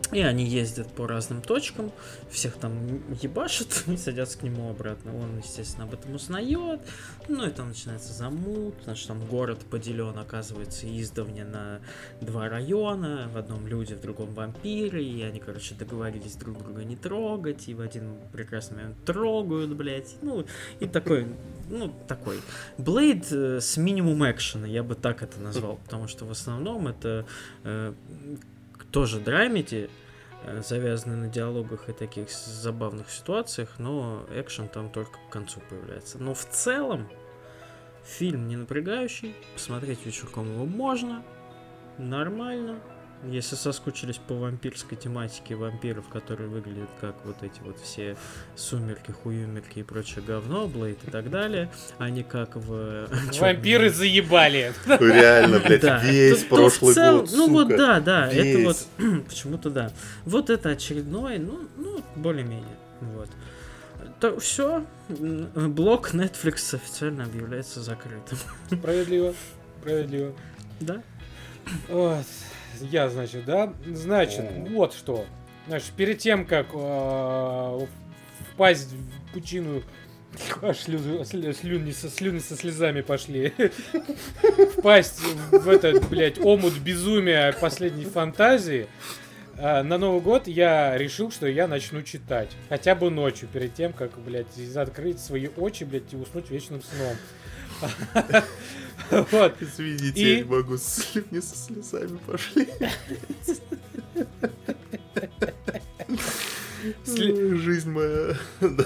И они ездят по разным точкам, всех там ебашат и садятся к нему обратно. Он, естественно, об этом узнает. Ну и там начинается замут, потому что там город поделен, оказывается, издавна на 2 района. В одном люди, в другом вампиры. И они, короче, договорились друг друга не трогать. И в один прекрасный момент трогают, блядь. Ну, и такой... Ну, такой. Блейд с минимум экшена, я бы так это назвал. Потому что в основном это... тоже драмеди, завязаны на диалогах и таких забавных ситуациях, но экшен там только к концу появляется. Но в целом фильм не напрягающий, посмотреть вечерком его можно, нормально. Если соскучились по вампирской тематике вампиров, которые выглядят как вот эти вот все сумерки, хуюмерки и прочее говно, Блейд и так далее, а не как в... Вампиры заебали. Реально, блядь, весь прошлый год, ну вот да, весь. это вот почему-то да. Вот это очередной, ну более-менее. Вот. То все, блок Netflix официально объявляется закрытым. Справедливо. Да. Вот. Я, значит, да? Значит, вот что. Значит, перед тем, как впасть в пучину... Слюни со слезами пошли. Впасть в этот, блядь, омут безумия последней фантазии. На Новый год я решил, что я начну читать. Хотя бы ночью, перед тем, как, блядь, закрыть свои очи, блядь, и уснуть вечным сном. Вот. Извините, я не могу, слюни со слезами пошли. Жизнь моя.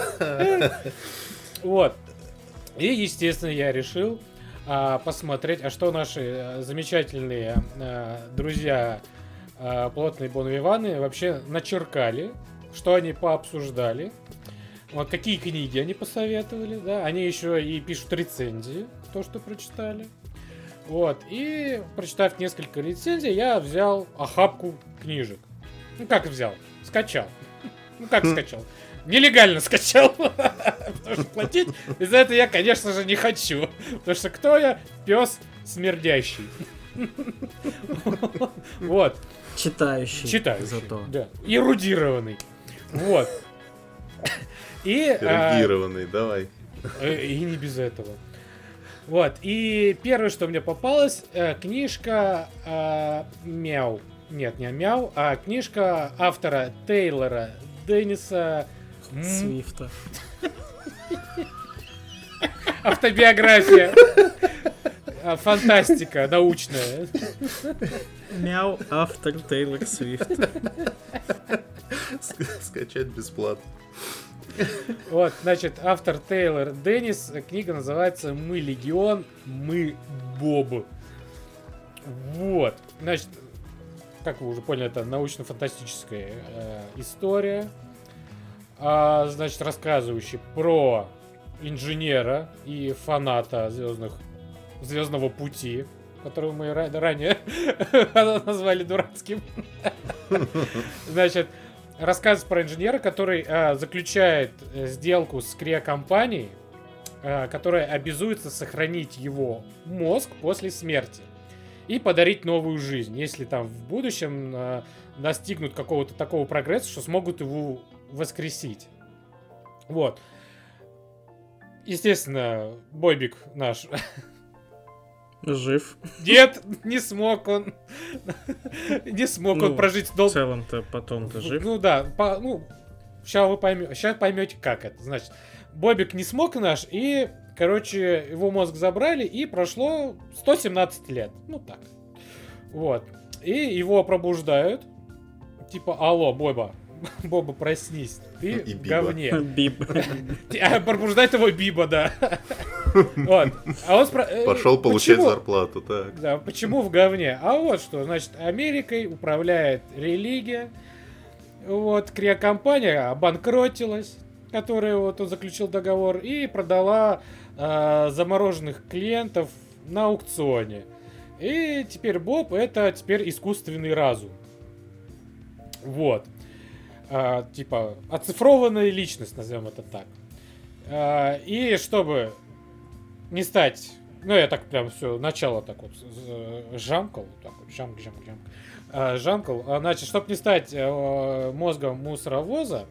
Вот. И, естественно, я решил посмотреть, а что наши замечательные друзья плотные Бонвиваны вообще начеркали, что они пообсуждали. Вот какие книги они посоветовали, да, они еще и пишут рецензии, то, что прочитали. Вот, и прочитав несколько рецензий, я взял охапку книжек. Ну, как взял? Скачал. Ну, как скачал? Нелегально скачал. Потому что платить за это я, конечно же, не хочу. Потому что кто я? Пес смердящий. Вот. Читающий. Зато. Да. Эрудированный. Вот. И... Эрудированный, давай. И не без этого. Вот. И первое, что мне попалось, книжка Мяу. Нет, не Мяу, а книжка автора Тейлора Денниса Свифта. Автобиография. Фантастика научная. Мяу, автор Тейлор Свифт. Скачать бесплатно. Вот, значит, автор Тейлор Деннис. Книга называется «Мы Легион, мы Боб». Вот. Значит, как вы уже поняли, это научно-фантастическая история. Значит, рассказывающая про инженера и фаната Звездного пути, которого мы ранее назвали дурацким. Значит, рассказ про инженера, который заключает сделку с криокомпанией, которая обязуется сохранить его мозг после смерти и подарить новую жизнь, если там в будущем достигнут какого-то такого прогресса, что смогут его воскресить. Вот. Естественно, Бобик наш... Жив. Нет, не смог он. Не смог он прожить долго. В целом-то потом-то жив. Ну да, сейчас вы поймете, как это. Значит, Бобик не смог наш, и, короче, его мозг забрали, и прошло 117 лет. Ну так. Вот. И его пробуждают. Типа, алло, Боба, проснись, ты в говне. Биб. Пробуждает его Биба, да. Вот. А он пошел получать зарплату, так. Да, почему в говне? А вот что, значит, Америкой управляет религия. Вот, криокомпания обанкротилась, которая вот он заключил договор, и продала замороженных клиентов на аукционе. И теперь Боб это теперь искусственный разум. Вот. Типа оцифрованная личность, назовем это так. И чтобы не стать... Ну, я так прям все начало так вот жамкал. Так вот, жамк. Жан-Клод, значит, чтобы не стать мозгом мусоровоза,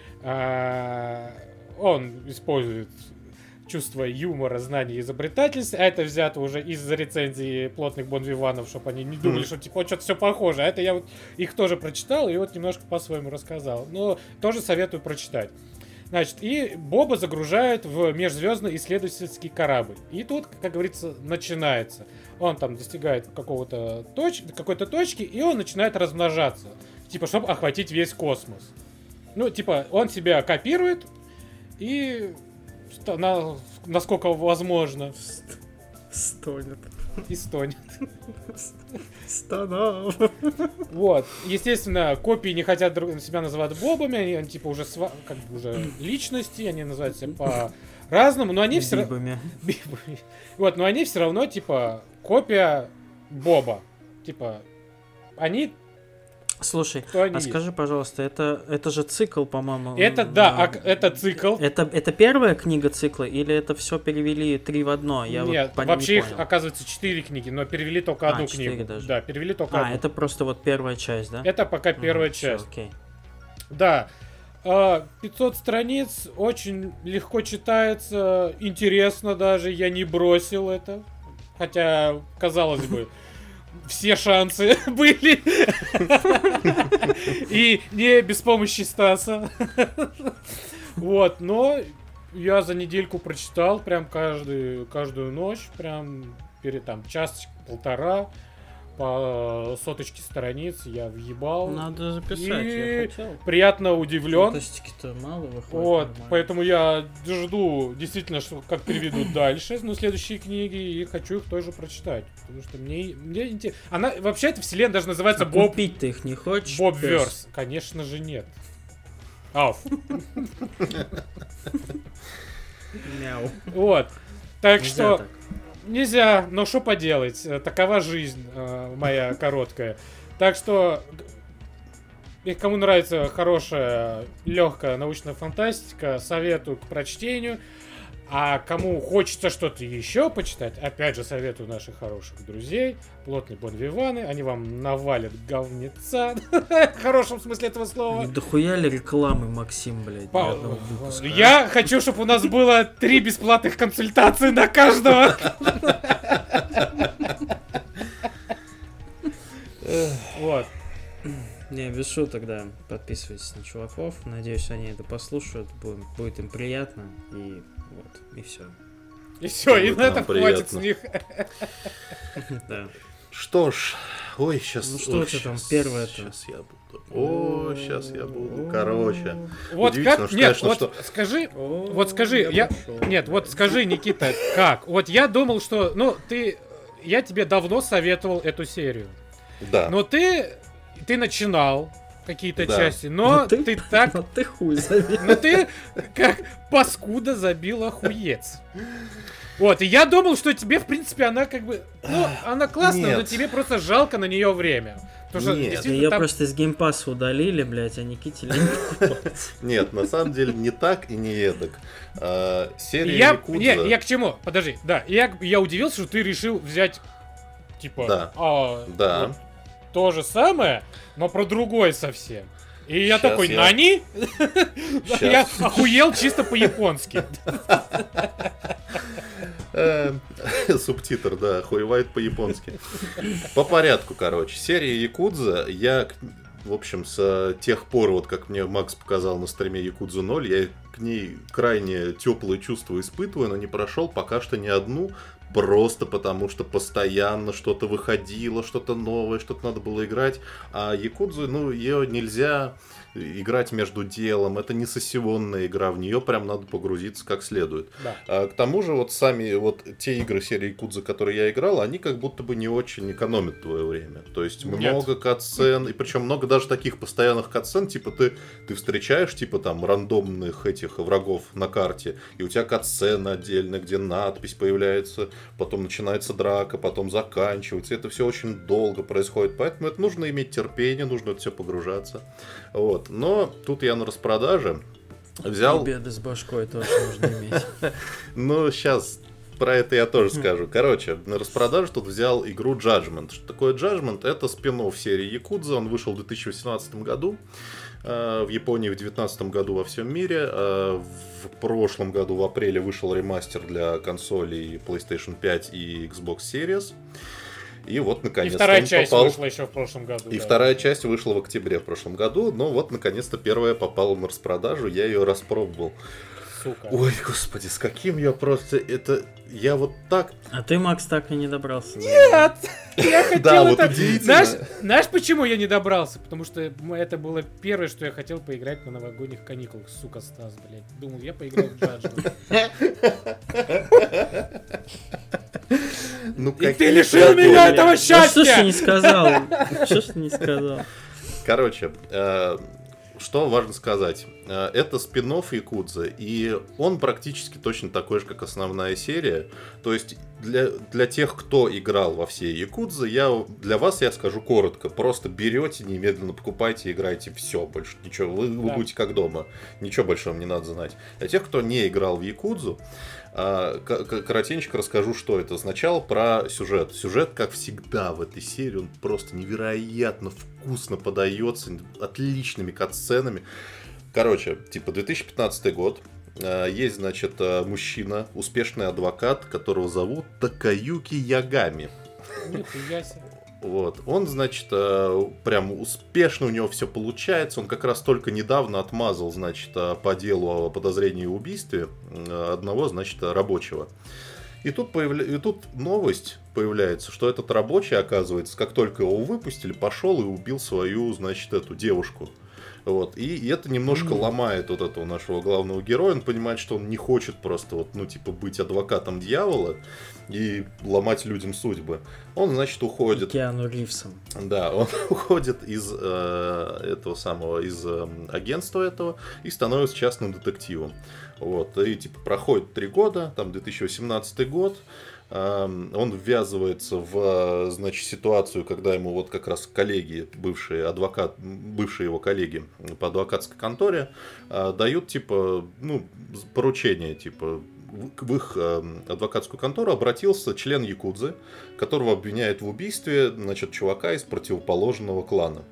он использует чувство юмора, знания и изобретательности, а это взято уже из рецензии плотных бонвиванов, чтобы они не думали, что типа что-то все похоже. А это я вот их тоже прочитал и вот немножко по-своему рассказал. Но тоже советую прочитать. Значит, и Боба загружают в межзвездный исследовательский корабль. И тут, как говорится, начинается. Он там достигает какой-то точки, и он начинает размножаться. Типа, чтобы охватить весь космос. Ну, типа, он себя копирует и насколько возможно Стонет. и стонет. Стонал. Вот. Естественно, копии не хотят себя называть бобами, они типа уже как бы уже личности, они называют себя по-разному, но они все равно... Вот, но они все равно типа копия Боба. Типа, они... Слушай, они скажи, пожалуйста, это же цикл, по-моему. Это да, это цикл. Это первая книга цикла или это все перевели 3 в 1? Я Нет, вот вообще не их, понял. оказывается, 4 книги, но перевели только одну 4 книгу. даже. Да, перевели только одну. Это просто вот первая часть, да? Это пока первая Всё, часть. окей. Да. 500 страниц, очень легко читается, интересно даже, я не бросил это. Хотя, казалось бы, все шансы были. И не без помощи Стаса. Вот, но я за недельку прочитал прям каждую ночь, прям перед там час-полтора. По соточке страниц я въебал. Надо записать, и я хотел. приятно удивлен. Фантастики-то мало выходит. Вот, нормально. поэтому я жду действительно, что как переведут дальше, ну, следующие книги, и хочу их тоже прочитать. Потому что мне интересно. Она, вообще, эта вселенная даже называется Боб... Купить ты их не хочешь? Бобверс. Конечно же нет. Ауф. Мяу. Вот. Так Нельзя что... так. Нельзя, но что поделать, такова жизнь моя короткая. Так что, кому нравится хорошая, легкая научная фантастика, советую к прочтению. А кому хочется что-то еще почитать, опять же советую наших хороших друзей, плотные бонвиваны, они вам навалят говнеца, в хорошем смысле этого слова. Дохуя ли рекламы, Максим, блядь, для одного выпуска? Я хочу, чтобы у нас было 3 бесплатных консультации на каждого. Вот. Не, без шуток, да. Подписывайтесь на чуваков. Надеюсь, они это послушают. Будет им приятно. И вот, и все. И все, и Вот на нам этом хватит с приятно. них. Да. Что ж, ой, сейчас... Ну что ты там, первое-то? Сейчас я буду. Сейчас я буду. Короче. Вот Удивительно, как? что, Нет, конечно, вот что- скажи, вот скажи, нет, вот скажи, Никита, как? Вот я думал, что, ну, я тебе давно советовал эту серию. Да. Но ты начинал какие-то Да. части, но ты так, Ну ты хуй забил. но ты как паскуда забил охуец. Вот, и я думал, что тебе, в принципе, она как бы, ну, она классная, но Нет. тебе просто жалко на нее время. Потому что Нет. действительно Ее там... просто из геймпасса удалили, блядь, а Никите лень покупать. Нет, на самом деле не так и не эдак. Серия Я, Якудза... не, я к чему? Подожди, да, я удивился, что ты решил взять, типа, Да. вот то же самое, но про другой совсем. И я Щас такой, я- нани? Щас. Я охуел чисто по-японски. Субтитр, да, хуевает по-японски. По порядку, короче. Серия Якудза, я, в общем, с тех пор, вот как мне Макс показал на стриме Якудза 0, я к ней крайне теплые чувства испытываю, но не прошел пока что ни одну, просто потому что постоянно что-то выходило, что-то новое, что-то надо было играть. А Якудзу, ну, ее нельзя играть между делом, это не сессионная игра, в нее прям надо погрузиться как следует. Да. А к тому же вот сами вот те игры серии Якудза, которые я играл, они как будто бы не очень экономят твое время. То есть Нет. много катсцен, и причем много даже таких постоянных катсцен, типа ты встречаешь типа там рандомных этих врагов на карте, и у тебя катсцена отдельно, где надпись появляется, потом начинается драка, потом заканчивается. Это все очень долго происходит, поэтому это нужно иметь терпение, нужно это все погружаться. Вот. Но тут я на распродаже взял... И беды с башкой тоже нужно иметь. Ну, сейчас Про это я тоже скажу. Короче, на распродажу тут взял игру Judgment. Что такое Judgment? Это спин-офф серии Якудза. Он вышел в 2018 году. В Японии в 2019 году во всем мире. В прошлом году в апреле вышел ремастер для консолей PlayStation 5 и Xbox Series. И вот наконец-то и вторая часть вышла еще в прошлом году. И вторая часть вышла в октябре в прошлом году. Но вот наконец-то первая попала на распродажу. Я ее распробовал. Сука. Ой, господи, с каким я просто... Это... Я вот так... А ты, Макс, так и не добрался. Нет! Я хотел Да, вот это... удивительно. Знаешь, почему я не добрался? Потому что это было первое, что я хотел поиграть на новогодних каникулах. Сука, Стас, блядь. Думал, я поиграю в Judgment. И ты лишил меня этого счастья! Что ж ты не сказал? Что ж ты не сказал? Короче, что важно сказать. Это спин-офф Якудзы, и он практически точно такой же, как основная серия. То есть для тех, кто играл во все Якудзы, для вас я скажу коротко. Просто берете, немедленно покупайте, играйте, все, больше ничего. Вы будете как дома. Ничего больше вам не надо знать. Для тех, кто не играл в Якудзу, коротенько расскажу, что это. Сначала про сюжет. Сюжет, как всегда в этой серии, он просто невероятно вкусно подается, отличными катсценами. Короче, типа 2015 год. Есть, значит, мужчина, успешный адвокат, которого зовут Такаюки Ягами. Нихуя себе. Вот. Он, значит, прям успешно у него все получается. Он как раз только недавно отмазал, значит, по делу о подозрении в убийстве одного, значит, рабочего. И тут новость появляется, что этот рабочий, оказывается, как только его выпустили, пошел и убил свою, значит, эту девушку. Вот. И это немножко ломает вот этого нашего главного героя. Он понимает, что он не хочет просто вот, ну, типа, быть адвокатом дьявола и ломать людям судьбы. Он, значит, уходит. Киану Ривзом. Да, он уходит из этого самого, из агентства этого и становится частным детективом. Вот. И типа проходит 3 года, там 2018 год. Он ввязывается в, значит, ситуацию, когда ему вот как раз коллеги, бывшие его коллеги по адвокатской конторе, дают, типа, ну, поручение, типа, в их адвокатскую контору обратился член Якудзы, которого обвиняют в убийстве, значит, чувака из противоположного клана.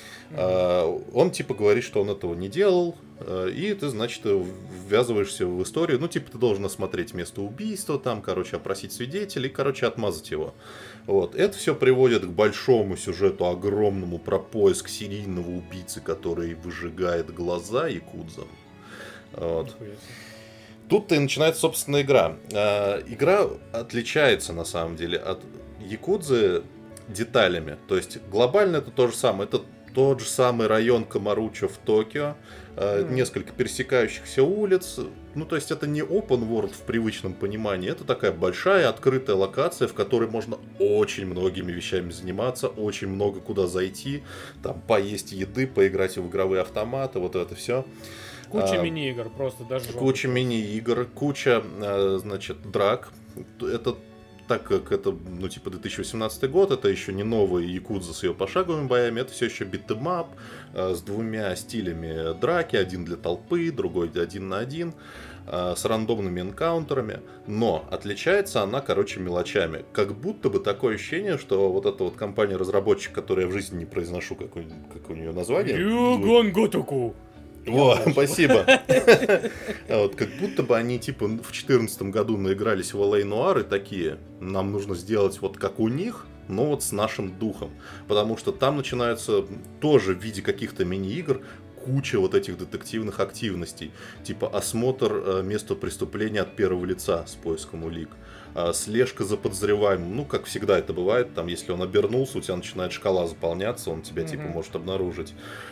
Он, типа, говорит, что он этого не делал, и ты, значит, ввязываешься в историю. Ну, типа, ты должен осмотреть место убийства, там, короче, опросить свидетелей, короче, отмазать его. Вот. Это все приводит к большому сюжету, огромному, про поиск серийного убийцы, который выжигает глаза якудзам. Вот. Тут-то и начинается, собственно, игра. Игра отличается, на самом деле, от Якудзы деталями. То есть, глобально это то же самое. Это тот же самый район Камаручо в Токио, несколько пересекающихся улиц. Ну, то есть, это не open world в привычном понимании. Это такая большая открытая локация, в которой можно очень многими вещами заниматься, очень много куда зайти, там, поесть еды, поиграть в игровые автоматы, вот это все. Куча мини-игр, просто даже. Куча мини-игр, куча, значит, драк. Это, так как это, ну, типа, 2018 год, это еще не новый Якудза с ее пошаговыми боями, это все еще битэмап с 2 стилями драки, один для толпы, другой 1 на 1, с рандомными энкаунтерами, но отличается она, короче, мелочами. Как будто бы такое ощущение, что вот эта вот компания-разработчик, которую я в жизни не произношу, как у нее название. Югон Готоку. О, спасибо. Вот, как будто бы они типа в 2014 году наигрались в LA Noire и такие, нам нужно сделать вот как у них, но вот с нашим духом. Потому что там начинается тоже в виде каких-то мини-игр куча вот этих детективных активностей. Типа осмотр места преступления от первого лица с поиском улик. Слежка за подозреваемым. Ну, как всегда это бывает, там, если он обернулся, у тебя начинает шкала заполняться, он тебя типа может обнаружить.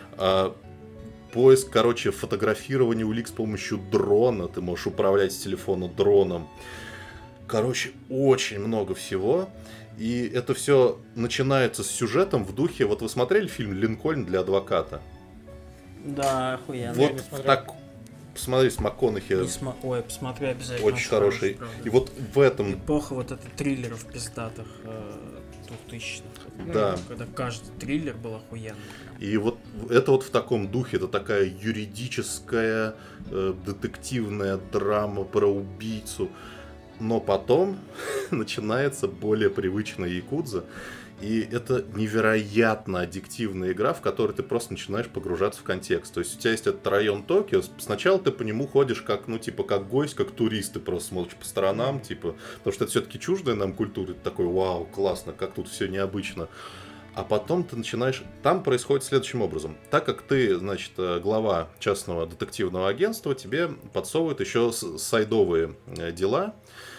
Поиск, короче, фотографирование улик с помощью дрона. Ты можешь управлять с телефона дроном. Короче, очень много всего. И это все начинается с сюжетом в духе... Вот вы смотрели фильм «Линкольн для адвоката»? Да, охуенно. Вот так... Посмотри, с МакКонахи. Ой, посмотри обязательно. Очень хороший. И вот в этом... Эпоха вот это триллеров пиздатых 2000-х. Да. Когда каждый триллер был охуенный. И вот это вот в таком духе, это такая юридическая, детективная драма про убийцу. Но потом начинается более привычная якудза. И это невероятно аддиктивная игра, в которой ты просто начинаешь погружаться в контекст. То есть у тебя есть этот район Токио, сначала ты по нему ходишь как, ну, типа, как гость, как турист, ты просто смотришь по сторонам, типа, потому что это все-таки чуждая нам культура, ты такой, вау, классно, как тут все необычно. А потом ты начинаешь... Там происходит следующим образом. Так как ты, значит, глава частного детективного агентства, тебе подсовывают еще сайдовые дела.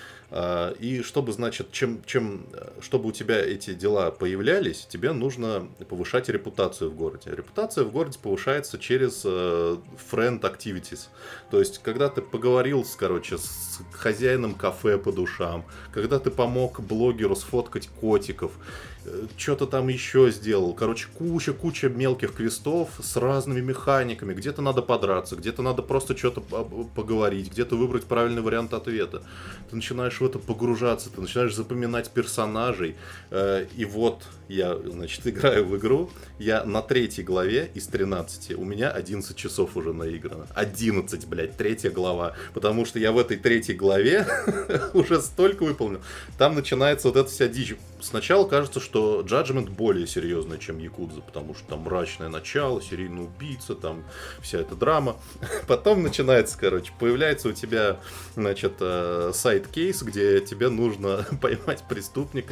И чтобы, значит, чтобы у тебя эти дела появлялись, тебе нужно повышать репутацию в городе. Репутация в городе повышается через friend activities. То есть, когда ты поговорил, с хозяином кафе по душам, когда ты помог блогеру сфоткать котиков, что-то там еще сделал. Короче, куча мелких квестов с разными механиками. Где-то надо подраться, где-то надо просто что-то поговорить, где-то выбрать правильный вариант ответа. Ты начинаешь в это погружаться, ты начинаешь запоминать персонажей. И вот я, значит, играю в игру. Я на 3 главе из 13. У меня 11 часов уже наиграно. 11, блядь, 3 глава. Потому что я в этой 3 главе уже столько выполнил. Там начинается вот эта вся дичь. Сначала кажется, что Judgment более серьезная, чем Якудза, потому что там мрачное начало, серийный убийца, там вся эта драма. Потом начинается, короче, появляется у тебя, значит, сайд-кейс, где тебе нужно поймать преступника,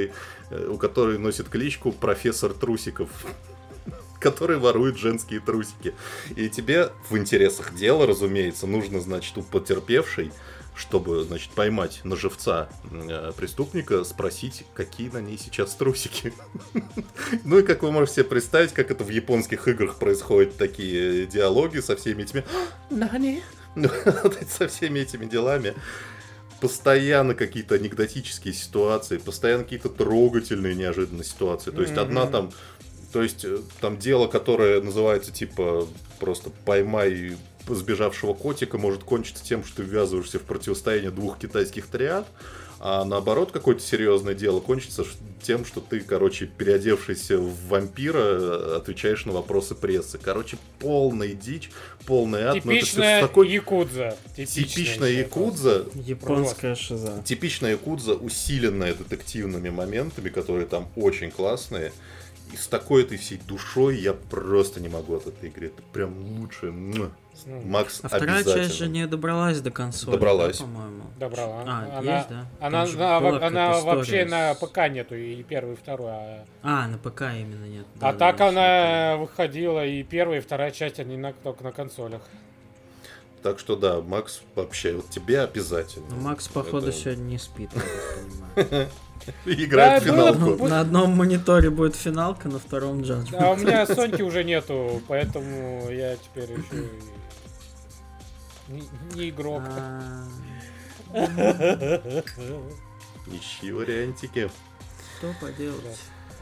у которого носит кличку профессор Трусиков, который ворует женские трусики. И тебе в интересах дела, разумеется, нужно, значит, у потерпевшей, чтобы, значит, поймать на живца преступника, спросить, какие на ней сейчас трусики. Ну и как вы можете себе представить, как это в японских играх происходят такие диалоги со всеми этими «Нани?» со всеми этими делами. Постоянно какие-то анекдотические ситуации, постоянно какие-то трогательные неожиданные ситуации. То есть одна там... То есть там дело, которое называется типа просто «поймай сбежавшего котика», может кончиться тем, что ты ввязываешься в противостояние 2 китайских триад, а наоборот какое-то серьезное дело кончится тем, что ты, короче, переодевшийся в вампира, отвечаешь на вопросы прессы. Короче, полная дичь, полный ад. Типичная якудза. Типичная якудза. Японская шиза. Типичная якудза, усиленная детективными моментами, которые там очень классные. И с такой этой всей душой я просто не могу от этой игры. Это прям лучше. Макс, а вторая обязательно. часть же не добралась до консоли, добралась. Да, по-моему? Добрала. Есть, да? Она вообще на ПК нету, и первый, и второй. На ПК именно нет. А так она выходила, и первая, и вторая часть, они только на консолях. Так что да, Макс, вообще, вот тебе обязательно. Макс, походу, сегодня не спит, я так понимаю. Играет в финалку. На одном мониторе будет финалка, на втором Judgment. А у меня Соньки уже нету, поэтому я теперь еще не игрок. Ищи вариантики. Что поделать?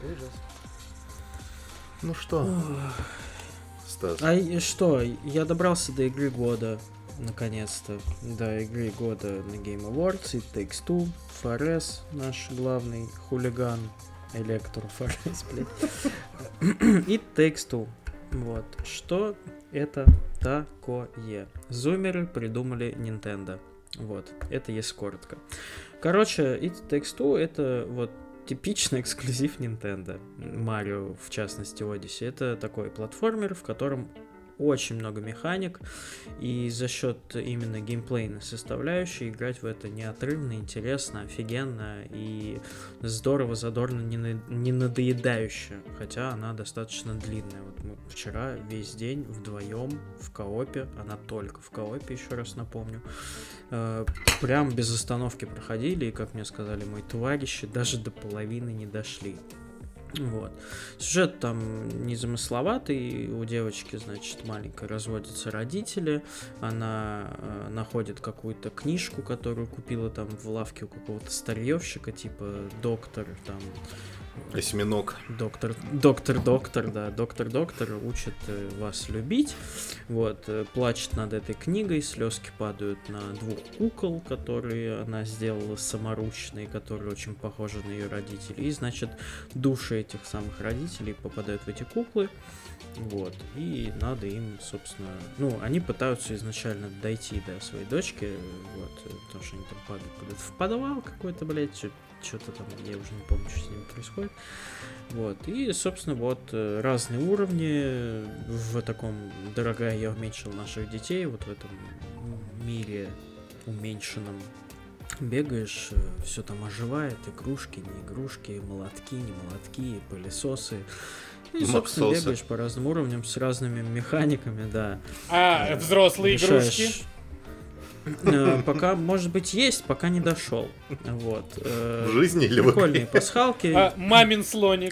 Ну что, Стас? Что, я добрался до игры года, наконец-то. До игры года на Game Awards. It Takes Two, Форес, наш главный хулиган, Электро Форес, блядь. It Takes Two. Вот. Что это такое? Зумеры придумали Nintendo. Вот. Это если коротко. Короче, It Takes Two это вот типичный эксклюзив Nintendo. Марио, в частности, Odyssey. Это такой платформер, в котором очень много механик, и за счет именно геймплейной составляющей играть в это неотрывно, интересно, офигенно и здорово, задорно, не надоедающе, хотя она достаточно длинная. Вот мы вчера весь день вдвоем в коопе, она только в коопе, еще раз напомню, прям без остановки проходили, и, как мне сказали мои товарищи, даже до половины не дошли. Вот. Сюжет там незамысловатый, у девочки, значит, маленькой разводятся родители, она находит какую-то книжку, которую купила там в лавке у какого-то старьевщика, типа доктор, там, Осьминог. Доктор, да, доктор учит вас любить. Вот, плачет над этой книгой, слезки падают на 2 кукол, которые она сделала саморучные, которые очень похожи на ее родителей. И, значит, души этих самых родителей попадают в эти куклы. Вот, и надо им, собственно, они пытаются изначально дойти до своей дочки, вот, потому что они там падают куда-то в подвал какой-то, блядь, что-то там, я уже не помню, что с ними происходит. Вот, и, собственно, вот разные уровни в таком «Дорогая, я уменьшил наших детей», вот в этом мире уменьшенном бегаешь, все там оживает, игрушки, не игрушки, молотки, не молотки, пылесосы. И, собственно, бегаешь по разным уровням с разными механиками, да. А взрослые игрушки? Пока, может быть, есть, пока не дошел. Вот. В жизни или в прикольные пасхалки. Мамин слоник.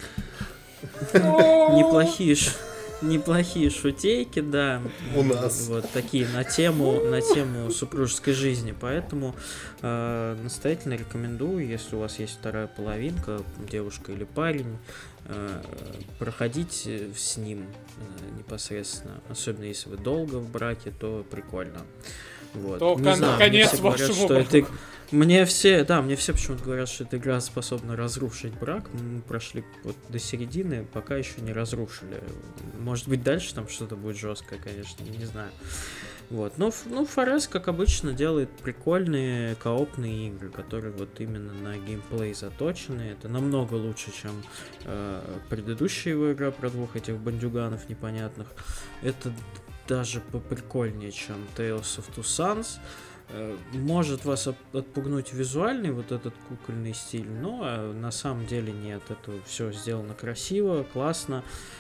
Неплохие шутейки, да. У нас. Вот такие на тему супружеской жизни. Поэтому настоятельно рекомендую, если у вас есть вторая половинка, девушка или парень, проходить с ним непосредственно. Особенно если вы долго в браке, то прикольно. Вот. То конец вашему браку. Мне все почему-то говорят, что эта игра способна разрушить брак. Мы прошли вот до середины, пока еще не разрушили. Может быть, дальше там что-то будет жесткое, конечно, не знаю. Вот. Но Форес, как обычно, делает прикольные коопные игры, которые вот именно на геймплей заточены. Это намного лучше, чем предыдущая его игра про 2 этих бандюганов непонятных. Это даже поприкольнее, чем Tales of Two Sons. Может вас отпугнуть визуальный вот этот кукольный стиль, но на самом деле нет. Это все сделано красиво, классно.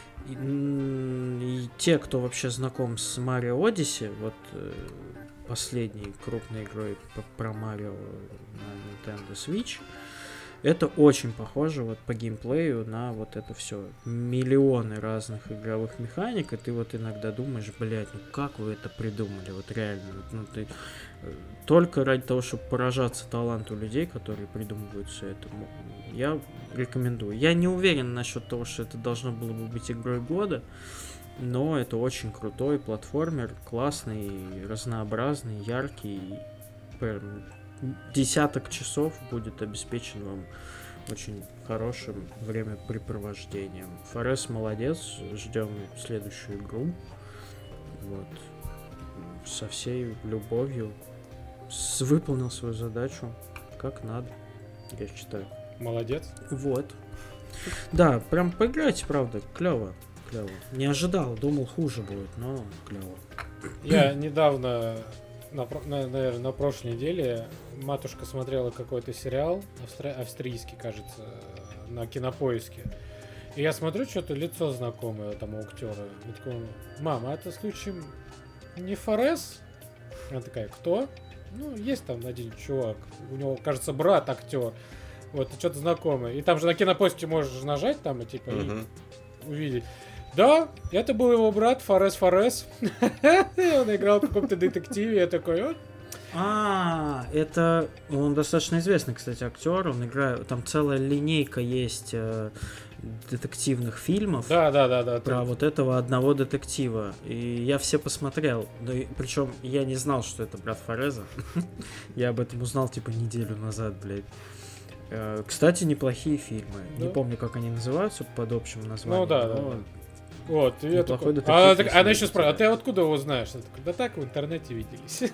И те, кто вообще знаком с Mario Odyssey, вот последней крупной игрой про Mario на Nintendo Switch, это очень похоже вот по геймплею на вот это все. Миллионы разных игровых механик, и ты вот иногда думаешь, блядь, как вы это придумали, вот реально. Ты только ради того, чтобы поражаться таланту людей, которые придумывают все это, я рекомендую. Я не уверен насчет того, что это должно было бы быть игрой года, но это очень крутой платформер, классный, разнообразный, яркий, десяток часов будет обеспечен вам очень хорошим времяпрепровождением. Форес молодец, ждем следующую игру. Вот. Со всей любовью. Выполнил свою задачу как надо, я считаю. Молодец. Вот. Да, прям поиграйте, правда, клево. Не ожидал, думал хуже будет, но клево. Я недавно, наверное, на прошлой неделе матушка смотрела какой-то сериал, австрийский, кажется, на Кинопоиске. И я смотрю, что-то лицо знакомое там у актера. Я такой: мама, а это случаем не Форес? Она такая: кто? Есть там один чувак. У него, кажется, брат актер. Вот, что-то знакомое. И там же на Кинопоиске можешь нажать там и типа и увидеть. Да, это был его брат Форес. Он играл в каком-то детективе. Я такой: это он достаточно известный, кстати, актер. Он играет, там целая линейка есть детективных фильмов. Да. Про вот этого одного детектива. И я все посмотрел. Причем я не знал, что это брат Фореза. Я об этом узнал типа неделю назад, блядь. Кстати, неплохие фильмы. Не помню, как они называются под общим названием. Да. Вот, и я такой... Она еще спрашивает: а ты откуда его знаешь? Я такой: да так, в интернете виделись.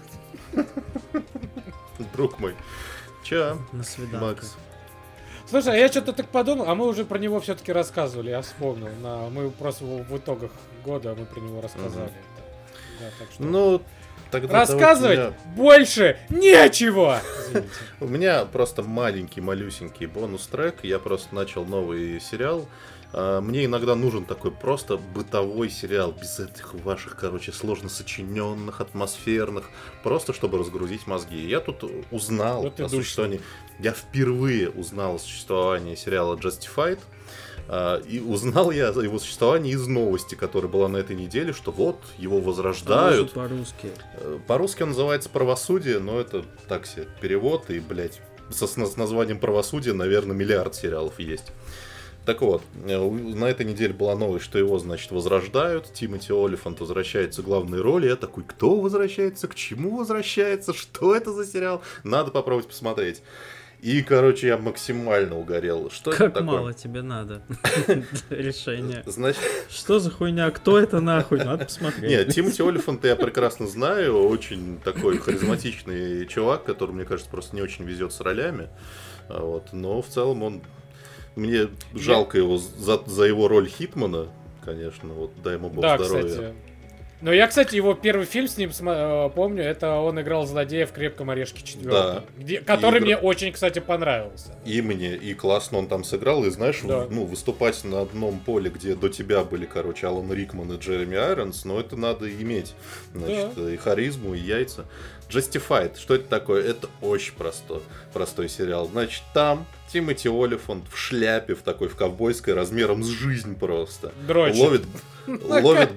Друг мой. Че? На свиданку. Макс. Слушай, а я что-то так подумал, а мы уже про него все-таки рассказывали, я вспомнил. Мы просто в итогах года мы про него рассказали. Да, так что... Тогда рассказывать больше нечего! Извините. У меня просто маленький, малюсенький бонус-трек. Я просто начал новый сериал. Мне иногда нужен такой просто бытовой сериал, без этих ваших, сложно сочиненных, атмосферных, просто чтобы разгрузить мозги. Я тут узнал о существовании... Я впервые узнал о существовании сериала Justified. И узнал я о его существовании из новости, которая была на этой неделе, что вот, его возрождают. По-русски. По-русски он называется «Правосудие», но это так себе перевод, и, блядь, с названием «Правосудие», наверное, миллиард сериалов есть. Так вот, на этой неделе была новость, что его, значит, возрождают. Тимоти Олифант возвращается в главной роли. Я такой, кто возвращается, к чему возвращается, что это за сериал? Надо попробовать посмотреть. И, короче, я максимально угорел. Что как это такое? мало тебе надо решения. Значит... Что за хуйня? Кто это нахуй? Надо посмотреть. Нет, Тимоти Олифанта я прекрасно знаю. Очень такой харизматичный чувак, который, мне кажется, просто не очень везет с ролями. Вот. Но в целом он... Мне жалко его за его роль Хитмана, конечно. Вот, дай ему бог здоровья. Кстати. Но я, кстати, его первый фильм с ним помню, это он играл злодея в «Крепком орешке 4», Да. который мне очень, кстати, понравился. И мне, и классно он там сыграл, и знаешь, Да. Выступать на одном поле, где до тебя были, короче, Алан Рикман и Джереми Айронс, но это надо иметь, значит, и харизму, и яйца. Justified, что это такое? Это очень простой сериал. Значит, там Тимоти Олифант в шляпе, в такой, в ковбойской, размером с жизнь просто. Дрочит. Ловит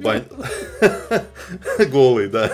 голый, да.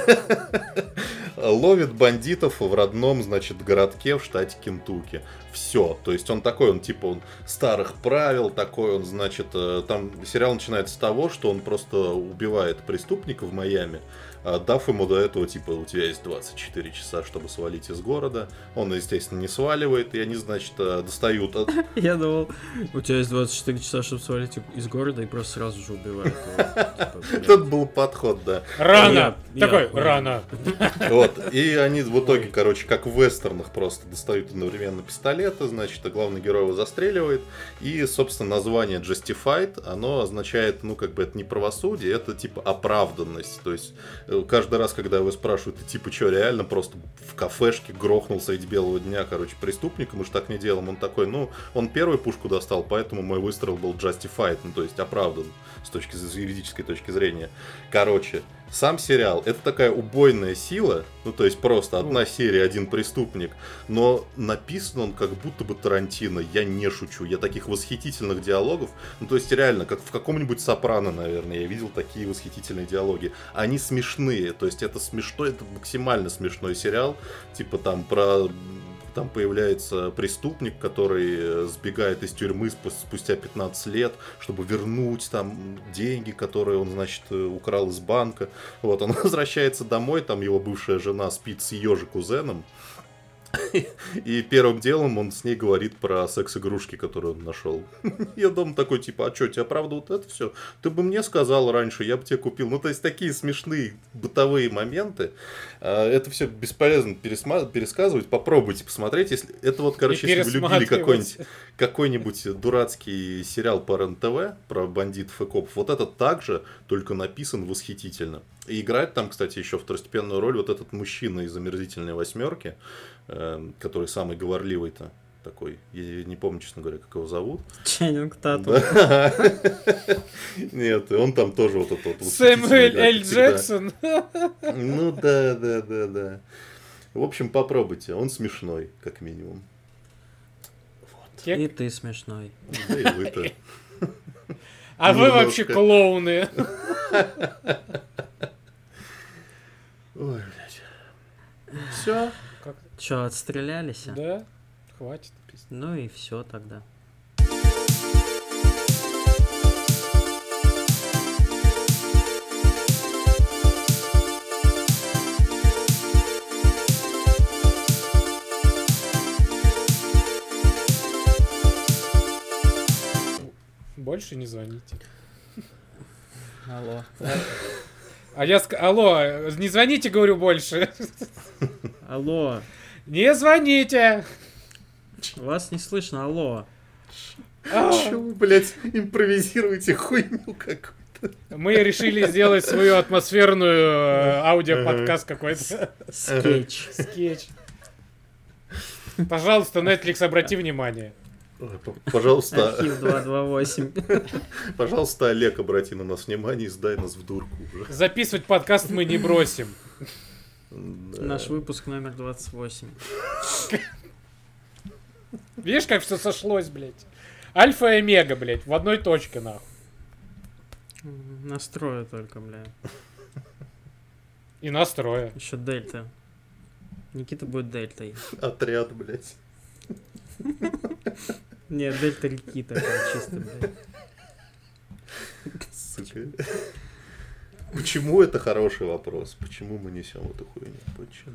Ловит бандитов в родном, значит, городке в штате Кентукки. Все. То есть он такой, он старых правил, такой он, значит, там сериал начинается с того, что он просто убивает преступника в Майами, дав ему до этого, типа, у тебя есть 24 часа, чтобы свалить из города. Он, естественно, не сваливает, и они, значит, достают... Я думал, у тебя есть 24 часа, чтобы свалить из города, и просто сразу же убивают его. Этот был подход, да. Рано! Такой, рано. Вот, и они в итоге, короче, как в вестернах, просто достают одновременно пистолеты, значит, а главный герой его застреливает, и, собственно, название Justified, оно означает, это не правосудие, это, типа, оправданность, то есть... Каждый раз, когда его спрашивают, ты типа что, реально просто в кафешке грохнул среди белого дня, короче, преступника, мы же так не делаем. Он такой, он первую пушку достал, поэтому мой выстрел был justified, то есть оправдан с юридической точки зрения. Короче, сам сериал, это такая убойная сила, то есть просто одна серия, один преступник, но написан он как будто бы Тарантино, я не шучу, я таких восхитительных диалогов, то есть реально, как в каком-нибудь «Сопрано», наверное, я видел такие восхитительные диалоги, они смешные, то есть это смешно, это максимально смешной сериал, типа там появляется преступник, который сбегает из тюрьмы спустя 15 лет, чтобы вернуть там деньги, которые он, значит, украл из банка. Вот, он возвращается домой, там его бывшая жена спит с ее же кузеном. И первым делом он с ней говорит про секс-игрушки, которые он нашел. Я дома такой, типа, а что, тебе правда вот это все? Ты бы мне сказал раньше, я бы тебе купил. То есть такие смешные бытовые моменты. Это все бесполезно пересказывать. Попробуйте посмотреть. Если это если вы любили какой-нибудь дурацкий сериал по РЕН-ТВ про бандитов и копов, вот это также, только написан восхитительно. И играет там, кстати, еще второстепенную роль вот этот мужчина из «Омерзительной восьмерки», который самый говорливый-то такой. Я не помню, честно говоря, как его зовут. Ченнинг Татум. Да. Нет, он там тоже вот этот вот. Сэмюэль Л. Джексон. Ну да. В общем, попробуйте. Он смешной, как минимум. И ты смешной. Да и вы-то. А вы вообще клоуны. Ой, блядь. Все. Че, отстрелялись? Да, хватит. Ну и все тогда. Больше не звоните. Алло. Алло, не звоните, говорю, больше. Алло. Не звоните. Вас не слышно, алло. Чего вы, блядь, импровизируете хуйню какую-то? Мы решили сделать свою атмосферную аудиоподкаст какой-то. Скетч. Пожалуйста, Netflix, обрати внимание. Пожалуйста. Архив 228. Пожалуйста, Олег, обрати на нас внимание и сдай нас в дурку уже. Записывать подкаст мы не бросим. Да. Наш выпуск номер 28. Видишь, как все сошлось, блядь. Альфа и омега, блядь, в одной точке, нахуй. Настрою только, бля. И настроя. Еще дельта. Никита будет дельтой. Отряд, блядь. Нет, дельта реки такая чисто, блядь. Сука. Почему это хороший вопрос? Почему мы несем эту хуйню? Почему?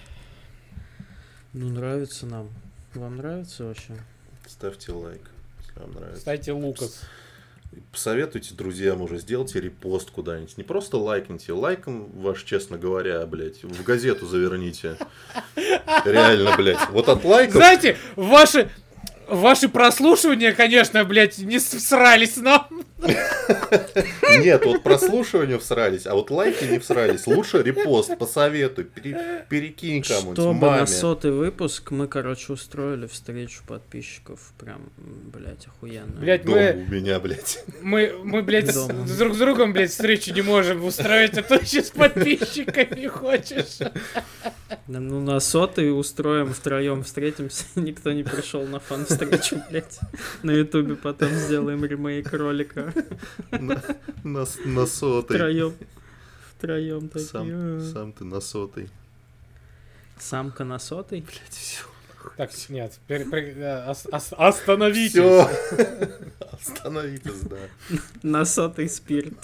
Ну, нравится нам. Вам нравится вообще? Ставьте лайк, если вам нравится. Кстати, Лукас. Посоветуйте друзьям уже, сделайте репост куда-нибудь. Не просто лайкните. Лайком ваш, честно говоря, блядь, в газету заверните. Реально, блядь. Вот от лайков... Знаете, ваши прослушивания, конечно, блядь, не всрались нам. Нет, вот прослушивания всрались, а вот лайки не всрались. Лучше репост, посоветуй, перекинь кому-нибудь, Чтобы маме. на 100-й выпуск мы, короче, устроили встречу подписчиков. Прям, блядь, охуенно. Блядь, Дома у меня, блядь. мы, блядь, Дома. друг с другом, блядь, встречу не можем устроить, а ты еще с подписчиками хочешь. Да, ну, на 100-й устроим, втроем встретимся. Никто не пришел на фан-встречу, блядь. На ютубе потом сделаем ремейк ролика. На 100-й. Втроем такие. Сам ты на 100-й. Самка на 100-й? Блядь, все. Так, нет, остановитесь. Все. Остановитесь, да. На 100-й спирт.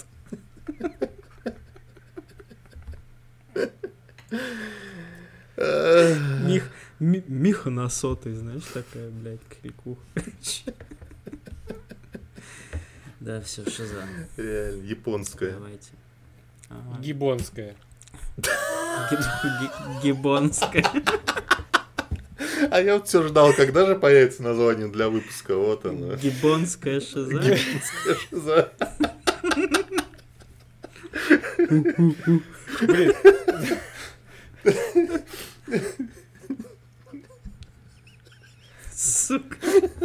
Миха на 100-й, знаешь, такая, блядь, кликуха. Да, все, шиза. Реально, японская. Давайте. Ага. Гибонская. Гибонская. А я вот все ждал, когда же появится название для выпуска. Вот оно. Гибонская шиза. Гибонская шиза. Блин, Сука.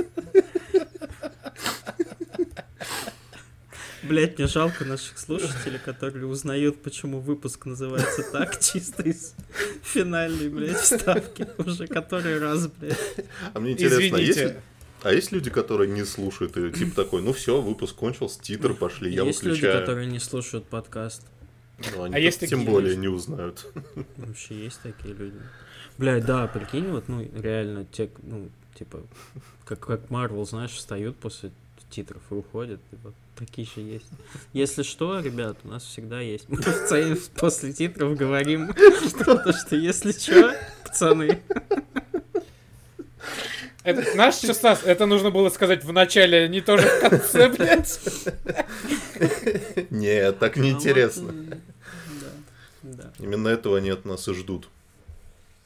Блять, мне жалко наших слушателей, которые узнают, почему выпуск называется так, чисто из финальной, блядь, вставки. Уже который раз, блядь. А мне интересно, извините. есть люди, которые не слушают ее? Типа такой, ну все, выпуск кончился, титры пошли, я Есть выключаю. люди, которые не слушают подкаст. Ну, они А есть тем такие более люди? не узнают. Вообще есть такие люди. Блядь, да, прикинь, вот, ну, реально, те, ну, типа, как Marvel, знаешь, встают после титров и уходят. И вот такие же есть. Если что, ребят, у нас всегда есть. Мы в целом после титров говорим что-то, что если что, пацаны. это, знаешь, что, Стас, это нужно было сказать в начале, а не тоже в конце, блядь. Нет, так А вот, неинтересно. да. Именно этого они от нас и ждут.